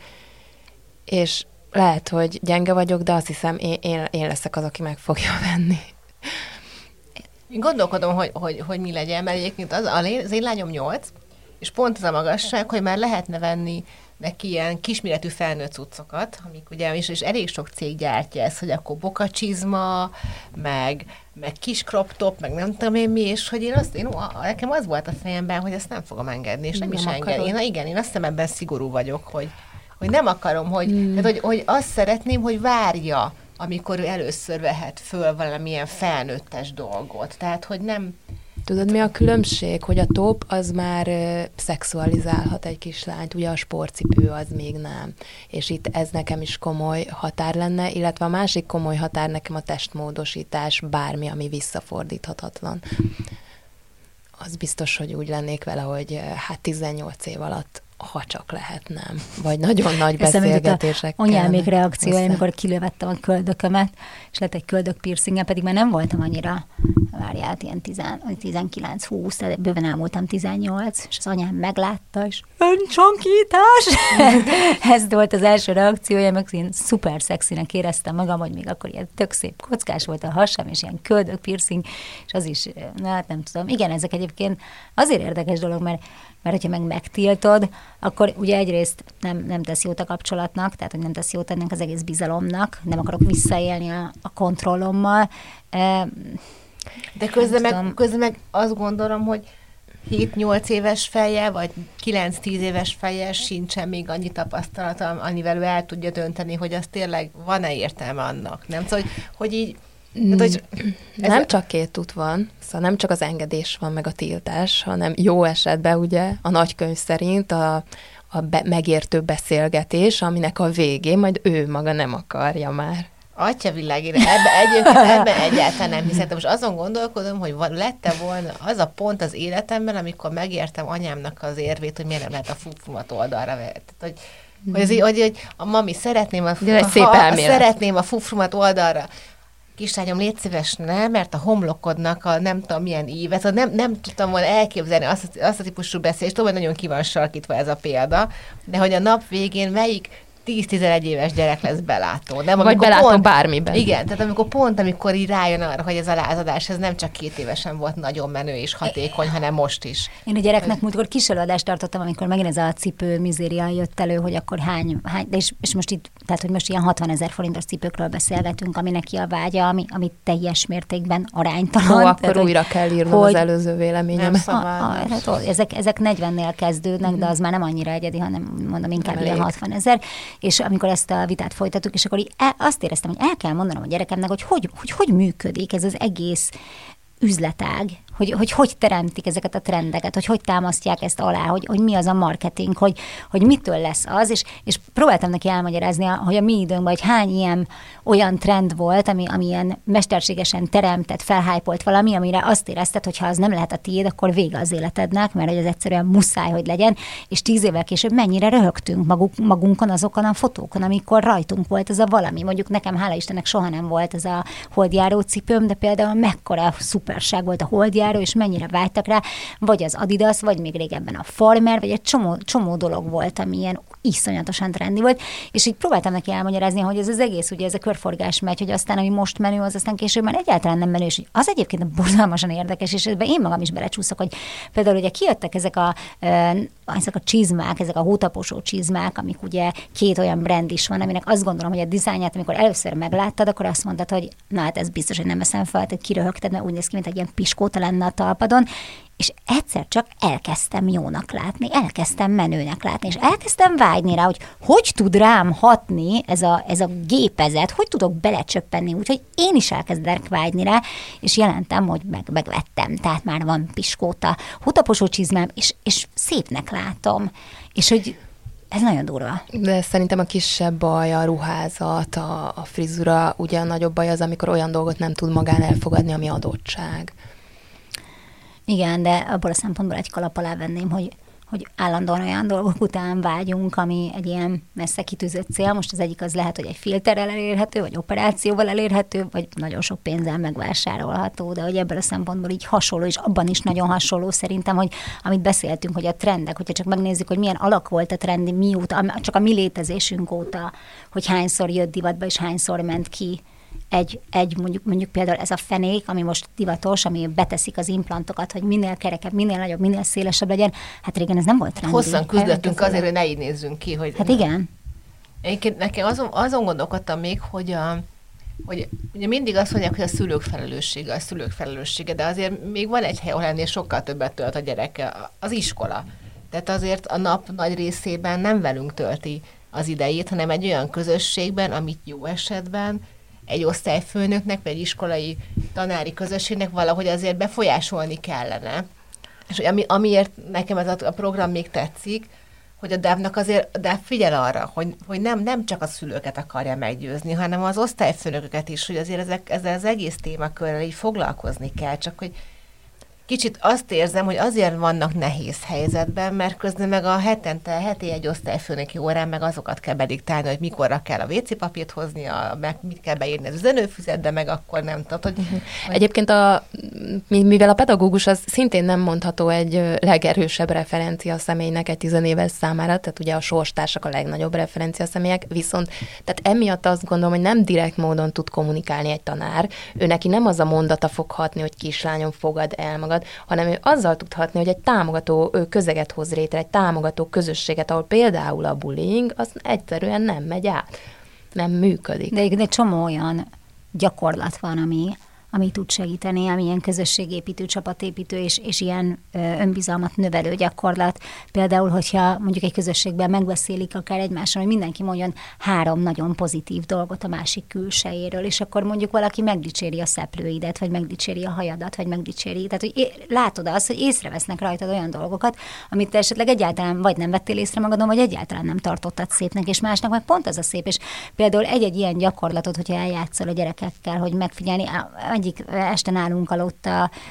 és lehet, hogy gyenge vagyok, de azt hiszem, én leszek az, aki meg fogja venni. Én gondolkodom, hogy mi legyen, mert egyébként az én lányom 8, és pont az a magasság, hogy már lehetne venni neki ilyen kisméretű felnőtt cuccokat, amik ugye, és elég sok cég gyártja ezt, hogy akkor bokacsizma, meg kis crop top, meg nem tudom én mi, és hogy nekem az volt a fejemben, hogy ezt nem fogom engedni, és nem is engedni. Én azt hiszem, ebben szigorú vagyok, hogy nem akarom, hogy azt szeretném, hogy várja, amikor ő először vehet föl valamilyen felnőttes dolgot. Tehát, hogy nem... Tudod, mi a különbség? Hogy a top az már szexualizálhat egy kislányt, ugye a sportcipő az még nem. És itt ez nekem is komoly határ lenne, illetve a másik komoly határ nekem a testmódosítás, bármi, ami visszafordíthatatlan. Az biztos, hogy úgy lennék vele, hogy 18 év alatt ha csak lehet, nem. Vagy nagyon nagy beszélgetések. Anyám még reakciója, amikor kilövettem a köldökömet, és lett egy köldök piercingem, pedig már nem voltam annyira, várját, ilyen 19-20, tehát bőven elmúltam 18, és az anyám meglátta, és öncsonkítás! Ez volt az első reakciója, meg én szuper szexinek éreztem magam, hogy még akkor ilyen tök szép kockás volt a hasam, és ilyen köldök piercing, és az is, hát nem tudom. Igen, ezek egyébként azért érdekes dolog, mert hogyha megtiltod, akkor ugye egyrészt nem tesz jót a kapcsolatnak, tehát hogy nem tesz jót ennek az egész bizalomnak, nem akarok visszaélni a kontrollommal. De közben meg azt gondolom, hogy 7-8 éves fejjel, vagy 9-10 éves fejjel sincsen még annyi tapasztalata, amivel ő el tudja dönteni, hogy az tényleg van-e értelme annak. Nem? Szóval, hogy így... Nem csak két út van, szóval nem csak az engedés van, meg a tiltás, hanem jó esetben ugye a nagykönyv szerint a megértő beszélgetés, aminek a végén majd ő maga nem akarja már. Atyavilág, ebben egyáltalán nem hiszem. Most azon gondolkodom, hogy lett-e volna az a pont az életemben, amikor megértem anyámnak az érvét, hogy miért nem lehet a fufrumat oldalra venni. Hogy a mami, szeretném a fufrumat oldalra. Kislányom, légy szíves, nem, mert a homlokodnak a nem tudom milyen ívet, nem tudtam volna elképzelni azt a típusú beszélést, tudom, hogy nagyon ki van sarkítva ez a példa, de hogy a nap végén melyik 10-11 éves gyerek lesz belátó. Nem, vagy belátó bármiben. Igen, tehát amikor így rájön arra, hogy ez a lázadás, ez nem csak 2 évesen volt nagyon menő és hatékony, hanem most is. Én a gyereknek múltkor kis előadást tartottam, amikor megint ez a cipő mizéria jött elő, hogy akkor hány de és most itt, tehát hogy most ilyen 60 000 forintos cipőkről beszélgetünk, ami neki a vágya, ami teljes mértékben aránytalan. Akkor tehát, újra kell írnom az előző véleményem. Ezek 40-nél kezdődnek, de az már nem annyira egyedi, hanem mondom inkább ilyen 60 000. És amikor ezt a vitát folytattuk, és akkor azt éreztem, hogy el kell mondanom a gyerekemnek, hogy működik ez az egész üzletág, hogy teremtik ezeket a trendeket, hogy támasztják ezt alá, hogy mi az a marketing, hogy mitől lesz az, és próbáltam neki elmagyarázni, hogy a mi időnkben, hogy hány ilyen olyan trend volt, ami ilyen mesterségesen teremtett, felhájpolt valami, amire azt érezted, hogy ha az nem lehet a tiéd, akkor vége az életednek, mert hogy ez egyszerűen muszáj, hogy legyen, és 10 évvel később mennyire röhögtünk magunkon azokon a fotókon, amikor rajtunk volt ez a valami. Mondjuk nekem, hála Istennek, soha nem volt ez a holdjáró cipőm, de például mekkora szuperság volt a holdjáró, és mennyire vágytak rá, vagy az Adidas, vagy még régebben a Farmer, vagy egy csomó dolog volt, ami ilyen iszonyatosan trendi volt, és így próbáltam neki elmagyarázni, hogy ez az egész, ugye ez a körforgás megy, hogy aztán, ami most menő, az aztán később már egyáltalán nem menő, és hogy az egyébként borzalmasan érdekes, és ebben én magam is belecsúszok, hogy például ugye kijöttek ezek a csizmák, ezek a hótaposó csizmák, amik ugye 2 olyan brand is van, aminek azt gondolom, hogy a dizájnját, amikor először megláttad, akkor azt mondtad, hogy na hát ez biztos, hogy nem veszem fel, tehát kiröhögted, mert úgy néz ki, mint egy ilyen piskóta lenne a talpadon, és egyszer csak elkezdtem jónak látni, elkezdtem menőnek látni, és elkezdtem vágyni rá, hogy tud rám hatni ez a gépezet, hogy tudok belecsöppenni, úgyhogy én is elkezdek vágyni rá, és jelentem, hogy megvettem, tehát már van piskóta, hótaposó csizmám, és szépnek látom, és hogy ez nagyon durva. De szerintem a kisebb baj a ruházat, a frizura, ugye a nagyobb baj az, amikor olyan dolgot nem tud magán elfogadni, ami adottság. Igen, de abból a szempontból egy kalap alá venném, hogy állandóan olyan dolgok után vágyunk, ami egy ilyen messze kitűzött cél. Most az egyik az lehet, hogy egy filterrel elérhető, vagy operációval elérhető, vagy nagyon sok pénzzel megvásárolható, de hogy ebből a szempontból így hasonló, és abban is nagyon hasonló szerintem, hogy amit beszéltünk, hogy a trendek, hogyha csak megnézzük, hogy milyen alak volt a trendi mióta, csak a mi létezésünk óta, hogy hányszor jött divatba, és hányszor ment ki egy mondjuk például ez a fenék, ami most divatos, ami beteszik az implantokat, hogy minél kerekebb, minél nagyobb, minél szélesebb legyen. Hát régen ez nem volt trendi. Hosszan küzdöttünk azért, hogy ne így nézzünk ki. Hogy hát igen. Egyébként nekem azon gondolkodtam még, hogy ugye mindig azt mondják, hogy a szülők felelőssége, de azért még van egy hely, ahol ennél sokkal többet tölt a gyereke, az iskola. Tehát azért a nap nagy részében nem velünk tölti az idejét, hanem egy olyan közösségben, amit jó esetben egy osztályfőnöknek, vagy egy iskolai tanári közösségnek valahogy azért befolyásolni kellene. És amiért nekem ez a program még tetszik, hogy a DAV-nak azért figyel arra, hogy nem csak a szülőket akarja meggyőzni, hanem az osztályfőnököket is, hogy azért ezzel az egész témakörrel így foglalkozni kell, csak hogy kicsit azt érzem, hogy azért vannak nehéz helyzetben, mert közben meg a heti egy osztályfőnöki órán meg azokat kell bediktálni, hogy mikorra kell a WC papírt hozni, meg mit kell beírni az üzenőfüzetbe, meg akkor nem tudod, hogy... Egyébként mivel a pedagógus az szintén nem mondható egy legerősebb referencia személynek egy 10 éves számára, tehát ugye a sorstársak a legnagyobb referencia személyek, viszont tehát emiatt azt gondolom, hogy nem direkt módon tud kommunikálni egy tanár, ő neki nem az a mondata fog hatni, hogy kislányom, fogad el magad, hanem ő azzal tudhatni, hogy egy támogató közeget hoz létre, egy támogató közösséget, ahol például a bullying, az egyszerűen nem megy át, nem működik. De egy csomó olyan gyakorlat van, ami tud segíteni, ami ilyen közösségépítő, csapatépítő és ilyen önbizalmat növelő gyakorlat. Például, hogyha mondjuk egy közösségben megbeszélik akár egymással, hogy mindenki mondjon 3 nagyon pozitív dolgot a másik külsejéről, és akkor mondjuk valaki megdicséri a szeplőidet, vagy megdicséri a hajadat, vagy megdicséri. Tehát, hogy látod azt, hogy észrevesznek rajtad olyan dolgokat, amit te esetleg egyáltalán vagy nem vettél észre magadon, vagy egyáltalán nem tartottad szépnek, és másnak meg pont az a szép. És például egy ilyen gyakorlatot, hogyha eljátszol a gyerekekkel, hogy megfigyelni, egyik este nálunk aludt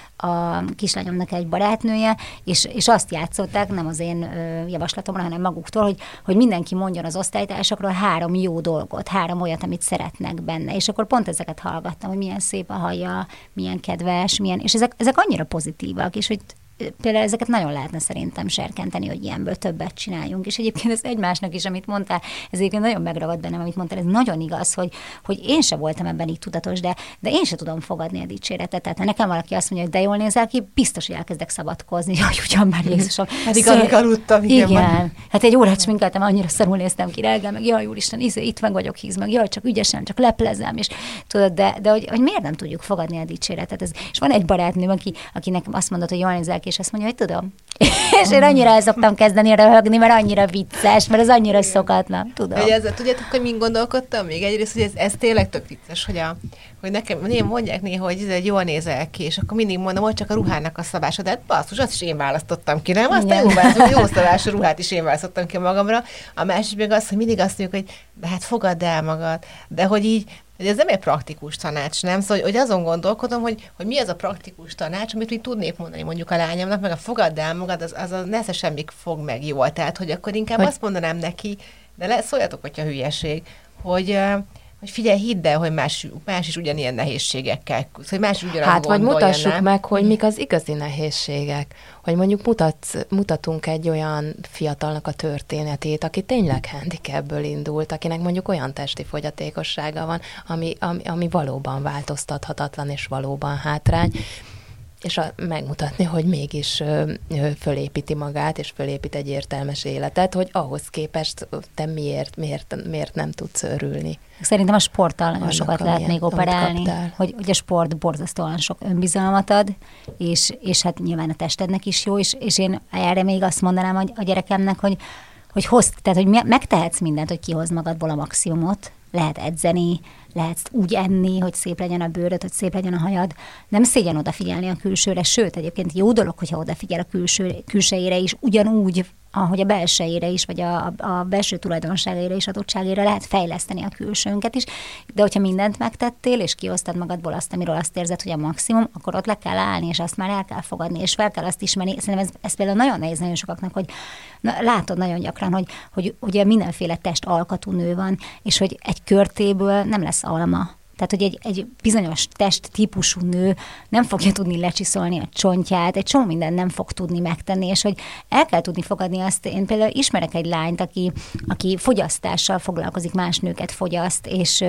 a kislányomnak egy barátnője, és azt játszották, nem az én javaslatomra, hanem maguktól, hogy mindenki mondjon az osztálytársakról 3 jó dolgot, 3 olyat, amit szeretnek benne. És akkor pont ezeket hallgattam, hogy milyen szép a haja, milyen kedves, és ezek annyira pozitívak, és hogy például ezeket nagyon lehetne szerintem serkenteni, hogy ilyenből többet csináljunk. És egyébként ez egymásnak is, amit mondtál, ez egyébként nagyon megragad bennem, amit mondtál, ez nagyon igaz, hogy én se voltam ebben így tudatos, de én se tudom fogadni a dicséretet. Tehát ha nekem valaki azt mondja, hogy de jól nézel ki, biztos, hogy elkezdek szabadkozni. Jaj, ugyan már Jézusom. Pedig amíg aludtam, igen. Hát egy órát sminkeltem, annyira szarul néztem ki reggel, meg jaj, úristen, itt meg vagyok híz, meg jaj, csak ügyesen, csak leplezem, és tudod, de hogy miért nem tudjuk fogadni a dicséretet? És van egy barátnőm, akinek azt mondott, hogy jól nézel ki, és azt mondja, hogy tudom. És én annyira el szoktam kezdeni röhögni, mert annyira vicces, mert ez annyira szokatlan, tudom. Tudjátok, hogy mind gondolkodtam még egyrészt, hogy ez tényleg tök vicces, hogy nekem mondják néha, hogy ez egy jól nézel ki, és akkor mindig mondom, hogy csak a ruhának a szabása, de hát basszus, azt is én választottam ki, nem? Aztán jó szabású ruhát is én választottam ki magamra. A másik még az, hogy mindig azt mondjuk, hogy de hát fogadd el magad, de hogy így, hogy ez nem egy praktikus tanács, nem? Szóval, hogy azon gondolkodom, hogy mi az a praktikus tanács, amit úgy tudnék mondani mondjuk a lányomnak, meg a fogadd el magad, az nesze semmik fog meg jól. Tehát, hogy akkor inkább azt mondanám neki, de szóljatok, hogyha hülyeség, hogy figyelj, hidd el, hogy más is ugyanilyen nehézségekkel küzd, hogy más ugyanaz hát, vagy mutassuk nem? meg, hogy mik az igazi nehézségek. Hogy mondjuk mutatunk egy olyan fiatalnak a történetét, aki tényleg handicapből indult, akinek mondjuk olyan testi fogyatékossága van, ami valóban változtathatatlan és valóban hátrány, és megmutatni, hogy mégis fölépíti magát, és fölépít egy értelmes életet, hogy ahhoz képest te miért nem tudsz örülni. Szerintem a sporttal nagyon sokat lehet még operálni, hogy a sport borzasztóan sok önbizalmat ad, és hát nyilván a testednek is jó, és én erre még azt mondanám a gyerekemnek, hogy tehát hogy megtehetsz mindent, hogy kihozd magadból a maximumot, lehet edzeni, lehet úgy enni, hogy szép legyen a bőröd, hogy szép legyen a hajad. Nem szégyen odafigyelni a külsőre, sőt, egyébként jó dolog, hogyha odafigyel a külsejére is, ugyanúgy, ahogy a belsejére is, vagy a belső tulajdonságaira és adottságaira lehet fejleszteni a külsőnket is, de hogyha mindent megtettél, és kihoztad magadból azt, amiről azt érzed, hogy a maximum, akkor ott le kell állni, és azt már el kell fogadni, és fel kell azt ismerni. Szerintem ez például nagyon nehéz nagyon sokaknak, hogy látod nagyon gyakran, hogy ugye mindenféle test alkatú nő van, és hogy egy körtéből nem lesz alma. Tehát, hogy egy bizonyos testtípusú nő nem fogja tudni lecsiszolni a csontját, egy csomó mindent nem fog tudni megtenni, és hogy el kell tudni fogadni azt. Én például ismerek egy lányt, aki fogyasztással foglalkozik, más nőket fogyaszt, és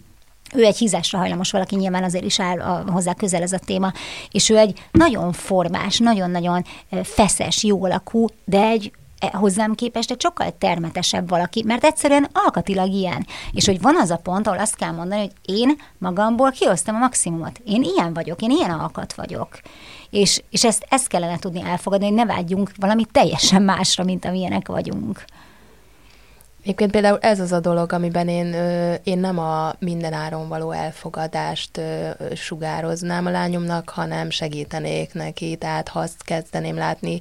ő egy hízásra hajlamos valaki, nyilván azért is áll hozzá közel ez a téma, és ő egy nagyon formás, nagyon-nagyon feszes, jó alakú, de egy hozzám képest egy sokkal termetesebb valaki, mert egyszerűen alkatilag ilyen. És hogy van az a pont, ahol azt kell mondani, hogy én magamból kihoztam a maximumot. Én ilyen vagyok, én ilyen alkat vagyok. És ezt kellene tudni elfogadni, hogy ne vágyjunk valami teljesen másra, mint amilyenek vagyunk. Egyébként például ez az a dolog, amiben én nem a mindenáron való elfogadást sugároznám a lányomnak, hanem segítenék neki. Tehát ha azt kezdeném látni,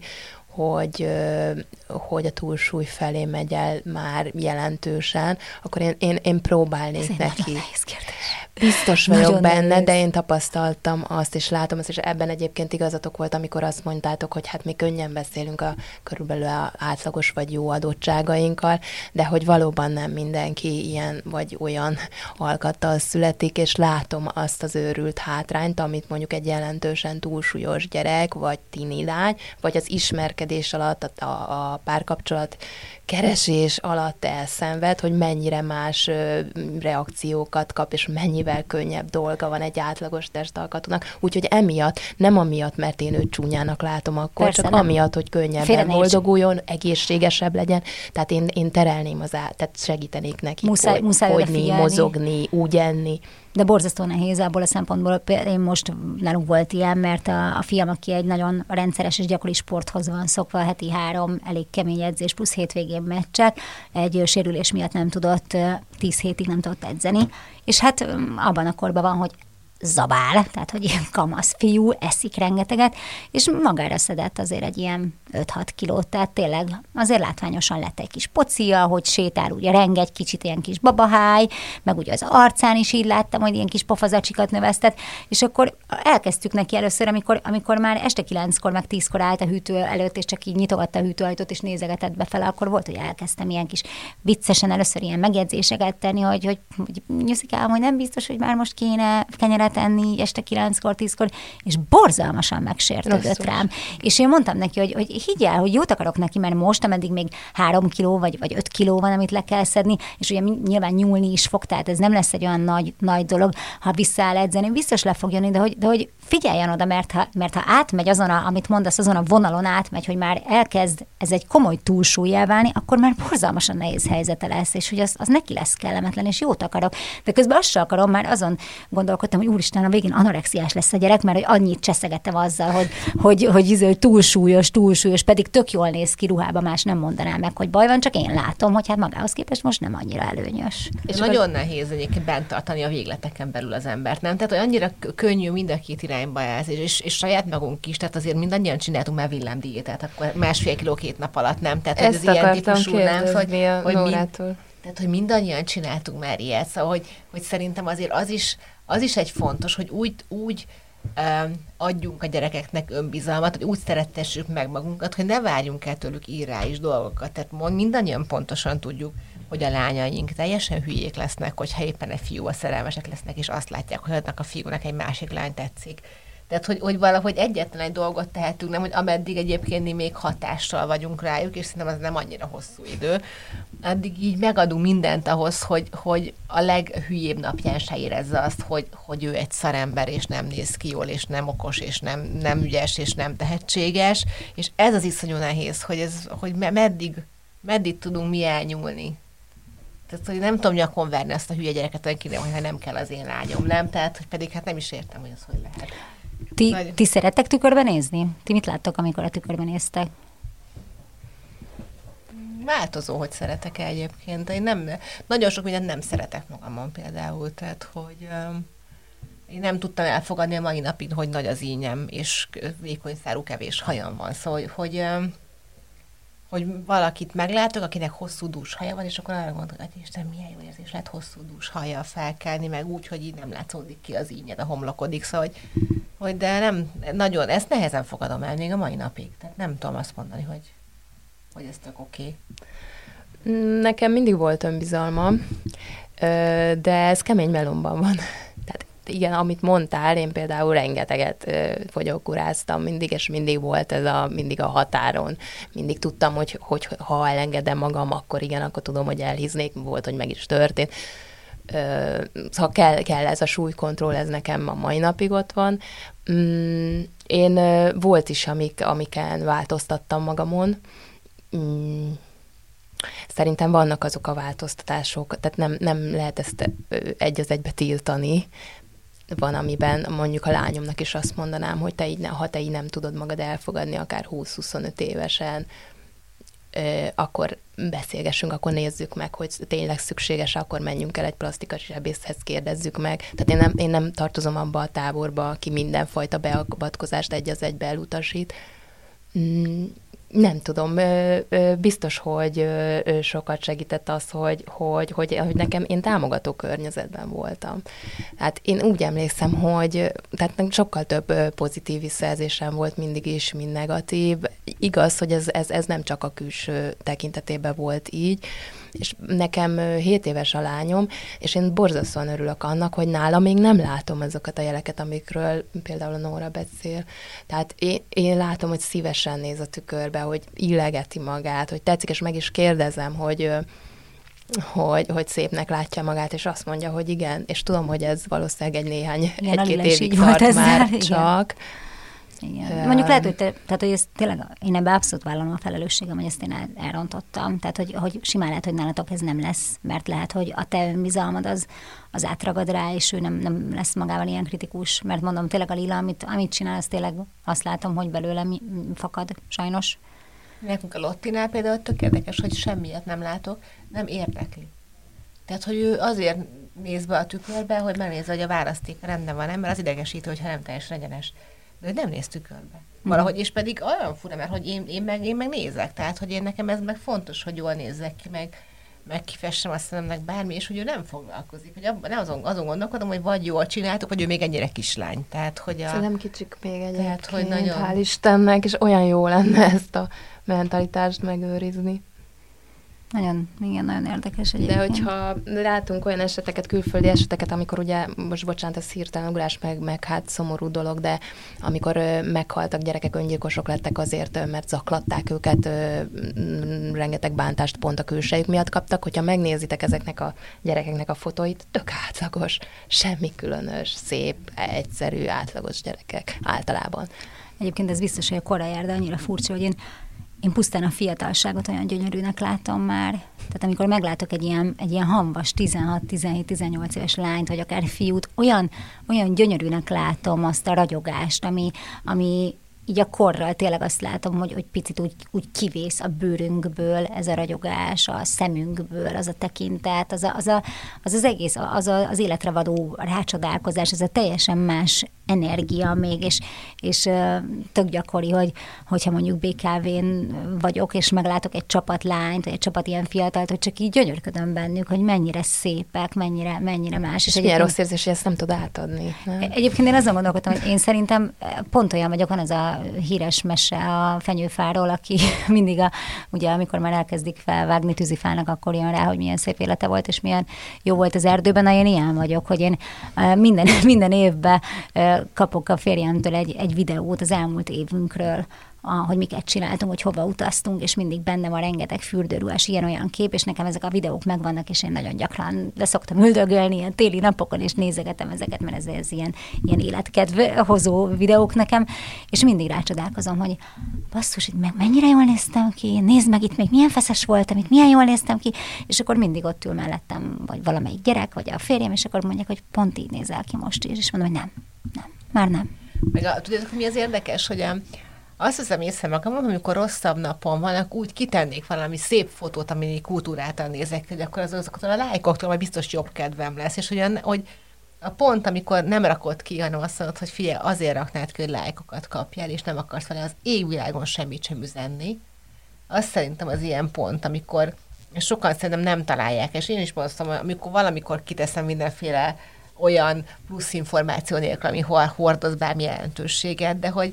hogy a túlsúly felé megy el már jelentősen, akkor én próbálnék neki. Biztos vagyok nagyon benne, nehéz. De én tapasztaltam azt, és látom azt, és ebben egyébként igazatok volt, amikor azt mondtátok, hogy hát mi könnyen beszélünk körülbelül a átlagos vagy jó adottságainkkal, de hogy valóban nem mindenki ilyen vagy olyan alkattal születik, és látom azt az őrült hátrányt, amit mondjuk egy jelentősen túlsúlyos gyerek, vagy tini lány, vagy az ismerkedés alatt, a párkapcsolat keresés alatt elszenved, hogy mennyire más reakciókat kap, és mennyivel könnyebb dolga van egy átlagos testalkatúnak. Úgyhogy emiatt, nem amiatt, mert én őt csúnyának látom akkor, persze, csak nem. Amiatt, hogy könnyebben boldoguljon, egészségesebb legyen. Tehát én terelném tehát segítenék neki muszáj fogyni, mozogni, úgy enni. De borzasztó nehéz abból a szempontból, én most nálunk volt ilyen, mert a fiam, aki egy nagyon rendszeres és gyakori sporthoz van szokva, heti 3 elég kemény edzés plusz hétvégén meccsek, egy sérülés miatt nem tudott, 10 hétig nem tudott edzeni, és hát abban a korban van, hogy zabál, tehát hogy ilyen kamasz fiú, eszik rengeteget, és magára szedett azért egy ilyen 5-6 kilót, tehát tényleg azért látványosan lett egy kis pocia, hogy sétál, ugye reng egy kicsit ilyen kis babaháj, meg ugye az arcán is így láttam, hogy ilyen kis pofazacsikat növesztett, és akkor elkezdtük neki először, amikor már este 9-kor, meg 10-kor állt a hűtő előtt, és csak így nyitogatta a hűtőajtót, és nézegetett befele, akkor volt, hogy elkezdtem ilyen kis viccesen először ilyen megjegyzéseket tenni, hogy Nyuszikám, hogy nem biztos, hogy már most kéne kenyeret enni este 9-kor, 10-kor, és borzalmasan megsértődött rám. És én mondtam neki, hogy higgyel, hogy jót akarok neki, mert most, ameddig még 3 kiló vagy 5 kiló van, amit le kell szedni, és ugye nyilván nyúlni is fog, tehát ez nem lesz egy olyan nagy dolog, ha visszaáll edzeni, biztos le fog jönni, de hogy figyeljen oda, mert ha átmegy azon, amit mondasz, azon a vonalon átmegy, hogy már elkezd ez egy komoly túlsúllyá válni, akkor már borzalmasan nehéz helyzete lesz, és hogy az neki lesz kellemetlen, és jót akarok. De közben azt sem akarom, már azon gondolkodtam, hogy úristen, a végén anorexiás lesz a gyerek, mert hogy annyit cseszegettem azzal, hogy túlsúlyos, pedig tök jól néz ki ruhába, más nem mondaná meg, hogy baj van, csak én látom, hogy hát magához képest most nem annyira előnyös. És nagyon nehéz egyébként bent tartani a végleteken belül az embert, nem? Tehát, hogy annyira könnyű mind a két irányba állsz, és saját magunk is, tehát azért mindannyian csináltunk már villámdiétát, akkor 1,5 kiló 2 nap alatt, nem? Tehát, ezt ez ilyen típusú, nem? Tehát, hogy mindannyian csináltunk már ilyet, szóval, hogy szerintem azért az is egy fontos, hogy úgy adjunk a gyerekeknek önbizalmat, hogy úgy szerettessük meg magunkat, hogy ne várjunk el tőlük írás dolgokat. Tehát mindannyian pontosan tudjuk, hogy a lányaink teljesen hülyék lesznek, hogyha éppen egy fiúval szerelmesek lesznek, és azt látják, hogy annak a fiúnak egy másik lány tetszik. Tehát, hogy valahogy egyetlen egy dolgot tehetünk, nem, hogy ameddig egyébként mi még hatással vagyunk rájuk, és szerintem az nem annyira hosszú idő, addig így megadunk mindent ahhoz, hogy a leghülyébb napján se érezze azt, hogy ő egy szarember, és nem néz ki jól, és nem okos, és nem ügyes, és nem tehetséges, és ez az iszonyú nehéz, hogy meddig tudunk mi elnyúlni. Tehát, hogy nem tudom nyakon verni ezt a hülye gyereket, hogy nem kell az én lányom, nem? Tehát, hogy pedig hát nem is értem, hogy az hogy lehet. Ti szerettek tükörben nézni? Ti mit láttok, amikor a tükörben néztek? Változó, hogy szeretek egyébként. Én nagyon sok mindent nem szeretek magamon például, tehát, hogy én nem tudtam elfogadni a mai napig, hogy nagy az ínyem, és vékony szárú kevés hajam van. Szóval, hogy valakit meglátok, akinek hosszú dús haja van, és akkor arra gondolok, hogy Isten, milyen jó érzés lehet hosszú dús hajjal felkelni, meg úgy, hogy így nem látszódik ki az ínyed, a homlokodik, szóval, hogy de nem, nagyon, ezt nehezen fogadom el még a mai napig. Tehát nem tudom azt mondani, hogy ez tök oké. Nekem mindig volt önbizalmam, de ez kemény melomban van. Tehát igen, amit mondtál, én például rengeteget fogyókuráztam mindig, és mindig volt ez mindig a határon. Mindig tudtam, hogy ha elengedem magam, akkor igen, akkor tudom, hogy elhíznék, volt, hogy meg is történt. Szóval kell ez a súlykontroll, ez nekem a mai napig ott van. Én volt is, amiken változtattam magamon. Szerintem vannak azok a változtatások, tehát nem lehet ezt egy az egybe tiltani. Van, amiben mondjuk a lányomnak is azt mondanám, hogy ha te így nem tudod magad elfogadni, akár 20-25 évesen, akkor beszélgessünk, akkor nézzük meg, hogy tényleg szükséges, akkor menjünk el egy plastikai sebészhez, kérdezzük meg. Tehát én nem tartozom abba a táborba, aki mindenfajta beavatkozást egy az egybe elutasít. Nem tudom, biztos, hogy sokat segített az, hogy nekem, én támogató környezetben voltam. Hát én úgy emlékszem, hogy tehát sokkal több pozitív visszajelzésem volt mindig is, mint negatív. Igaz, hogy ez nem csak a külső tekintetében volt így, és nekem 7 éves a lányom, és én borzasztóan örülök annak, hogy nála még nem látom azokat a jeleket, amikről például a Nóra beszél. Tehát én látom, hogy szívesen néz a tükörbe, hogy illegeti magát, hogy tetszik, és meg is kérdezem, hogy szépnek látja magát, és azt mondja, hogy igen, és tudom, hogy ez valószűleg egy-két évig tart már csak. Igen. Mondjuk lehet, hogy tehát, hogy ez tényleg, én ebben abszolút vállalom a felelősségem, hogy ezt én elrontottam. Tehát, hogy simán lehet, hogy nálatok ez nem lesz, mert lehet, hogy a te önbizalmad az átragad rá, és ő nem lesz magával ilyen kritikus. Mert mondom, tényleg a Lila, amit csinál, az tényleg azt látom, hogy belőle fakad, sajnos. Nekünk a Lottinál például tök érdekes, hogy semmiet nem látok, nem érdekli. Tehát, hogy ő azért néz be a tükörbe, hogy megnézze, hogy a választék rendben van, mert az idegesítő, hogyha nem teljesen egyenes. De nem néztük körbe. Valahogy, és pedig olyan fura, mert hogy én meg nézek, tehát hogy én nekem ez meg fontos, hogy jól nézzek ki, meg kifessem a szememnek bármi, és hogy ő nem foglalkozik. Hogy nem azon gondolkodom, hogy vagy jól csináltuk, vagy ő még ennyire kislány. Tehát, hogy Szerintem kicsik még egyébként, tehát, hogy nagyon... hál' Istennek, és olyan jó lenne ezt a mentalitást megőrizni. Nagyon, igen, nagyon érdekes egyébként. De hogyha látunk olyan eseteket, külföldi eseteket, amikor ugye, most bocsánat, ez hirtelen ugrás, meg hát szomorú dolog, de amikor meghaltak gyerekek, öngyilkosok lettek azért, mert zaklatták őket, rengeteg bántást pont a külsejük miatt kaptak, hogyha megnézitek ezeknek a gyerekeknek a fotóit, tök átlagos, semmi különös, szép, egyszerű, átlagos gyerekek általában. Egyébként ez biztos, hogy a korra jár, de annyira furcsa, hogy én pusztán a fiatalságot olyan gyönyörűnek látom már. Tehát amikor meglátok egy ilyen hamvas 16-17-18 éves lányt, vagy akár fiút, olyan gyönyörűnek látom azt a ragyogást, ami így a korral tényleg azt látom, hogy picit úgy kivész a bőrünkből ez a ragyogás, a szemünkből, az a tekintet, az egész, az életre való rácsodálkozás, ez a teljesen más energia még, és tök gyakori, hogyha mondjuk BKV-n vagyok, és meglátok egy csapat lányt, vagy egy csapat ilyen fiatalt, hogy csak így gyönyörködöm bennük, hogy mennyire szépek, mennyire más. És milyen rossz érzés, hogy ezt nem tud átadni. Nem? Egyébként én azon gondolkodtam, hogy én szerintem pont olyan vagyok, van ez a híres mese a fenyőfáról, aki mindig ugye amikor már elkezdik felvágni tűzifának, akkor jön rá, hogy milyen szép élete volt, és milyen jó volt az erdőben. Na, én ilyen vagyok, hogy én minden évben kapok a férjemtől egy videót az elmúlt évünkről, hogy miket csináltunk, hogy hova utaztunk, és mindig benne van rengeteg fürdőruhás, ilyen-olyan kép, és nekem ezek a videók megvannak, és én nagyon gyakran szoktam üldögölni ilyen téli napokon, és nézegetem ezeket, mert ez ilyen életkedv hozó videók nekem, és mindig rácsodálkozom, hogy basszus, itt meg mennyire jól néztem ki, nézd meg, itt még milyen feszes voltam, itt milyen jól néztem ki, és akkor mindig ott ül mellettem, vagy valamelyik gyerek, vagy a férjem, és akkor mondják, hogy pont így nézel ki most is, és mondom, hogy nem, már nem. Meg tudjátok, mi az érdekes, hogy azt hiszem észre magamon, amikor rosszabb napon van, akkor úgy kitennék valami szép fotót, amin kultúráltan nézek, hogy akkor azoktól a lájkoktól majd biztos jobb kedvem lesz, és hogy a pont, amikor nem rakod ki, hanem azt mondod, hogy figyelj, azért raknád ki, hogy lájkokat kapjál, és nem akarsz vele az égvilágon semmit sem üzenni, az szerintem az ilyen pont, amikor sokan szerintem nem találják, és én is mondtam, amikor valamikor kiteszem mindenféle olyan plusz információ nélkül, ami hordoz bármi jelentőséget, de hogy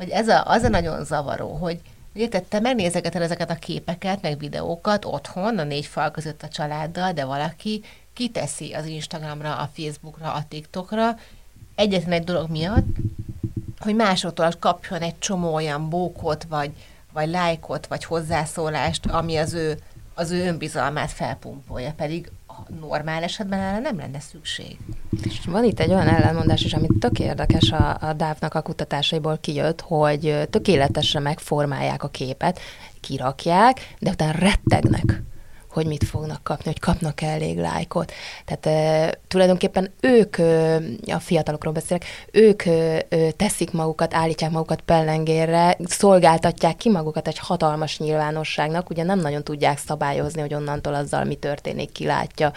az a nagyon zavaró, hogy érted, te megnézegeted ezeket a képeket, meg videókat otthon, a 4 fal között a családdal, de valaki kiteszi az Instagramra, a Facebookra, a TikTokra, egyetlen egy dolog miatt, hogy másoktól kapjon egy csomó olyan bókot, vagy lájkot, vagy hozzászólást, ami az ő önbizalmát felpumpolja, pedig normál esetben erre nem lenne szükség. És van itt egy olyan ellenmondás is, amit tök érdekes a DÁV-nak a kutatásaiból kijött, hogy tökéletesen megformálják a képet, kirakják, de utána rettegnek, hogy mit fognak kapni, hogy kapnak-e elég lájkot. Tehát tulajdonképpen ők, a fiatalokról beszélek, ők teszik magukat, állítják magukat pellengérre, szolgáltatják ki magukat egy hatalmas nyilvánosságnak, ugye nem nagyon tudják szabályozni, hogy onnantól azzal mi történik, ki látja,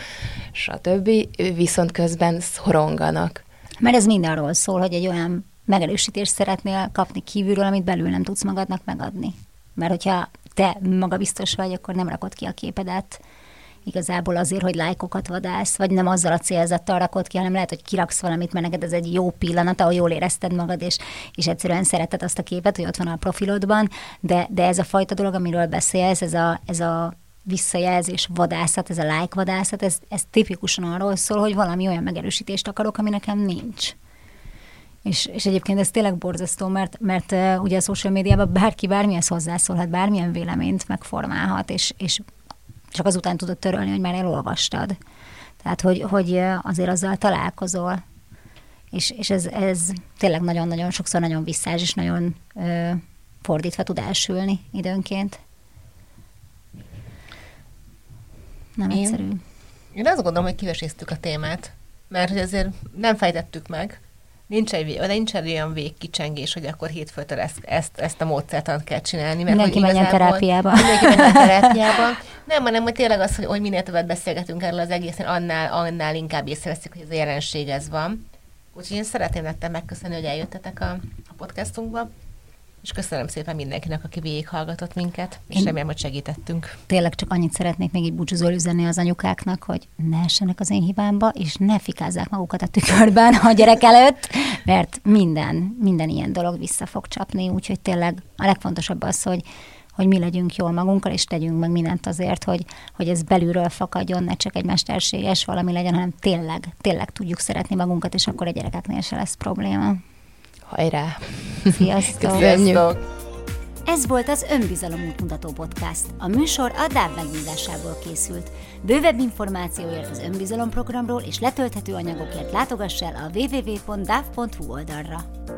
stb. Viszont közben szoronganak. Mert ez mindenről szól, hogy egy olyan megerősítést szeretnél kapni kívülről, amit belül nem tudsz magadnak megadni. Mert hogyha te magabiztos vagy, akkor nem rakod ki a képedet igazából azért, hogy lájkokat vadász, vagy nem azzal a célzattal rakod ki, hanem lehet, hogy kiraksz valamit, mert neked ez egy jó pillanat, ahol jól érezted magad, és egyszerűen szereted azt a képet, hogy ott van a profilodban, de ez a fajta dolog, amiről beszélsz, ez a visszajelzés vadászat, ez a like vadászat, ez tipikusan arról szól, hogy valami olyan megerősítést akarok, ami nekem nincs. És egyébként ez tényleg borzasztó, mert ugye a social médiában bárki bármihez hozzászólhat, bármilyen véleményt megformálhat, és csak azután tudod törölni, hogy már elolvastad. Tehát, hogy azért azzal találkozol. És ez tényleg nagyon-nagyon sokszor nagyon visszás, és nagyon fordítva tud elsülni időnként. Nem egyszerű. Én azt gondolom, hogy kiveséztük a témát, mert hogy azért nem fejtettük meg. Nincs egy olyan végkicsengés, hogy akkor hétfőtől ezt a módszertant kell csinálni. Mert mindenki menjen terápiába. Mindenki menjen terápiába. Nem, hanem hogy tényleg az, hogy minél többet beszélgetünk erről az egészen, annál inkább észreveszik, hogy ez a jelenség ez van. Úgyhogy én szeretném nektek megköszönni, hogy eljöttetek a podcastunkba. És köszönöm szépen mindenkinek, aki végighallgatott minket, és remélem, hogy segítettünk. Tényleg csak annyit szeretnék még így búcsúzól üzenni az anyukáknak, hogy ne essenek az én hibámba, és ne fikázzák magukat a tükörben a gyerek előtt, mert minden ilyen dolog vissza fog csapni, úgyhogy tényleg a legfontosabb az, hogy mi legyünk jól magunkkal, és tegyünk meg mindent azért, hogy ez belülről fakadjon, ne csak egy mesterséges valami legyen, hanem tényleg tudjuk szeretni magunkat, és akkor a gyerekeknél se lesz probléma. Hajrá! Sziasztok! Sziasztok! Ez volt az Önbizalom útmutató podcast. A műsor a DÁV megbízásából készült. Bővebb információért az Önbizalom programról és letölthető anyagokért látogass el a www.dav.hu oldalra.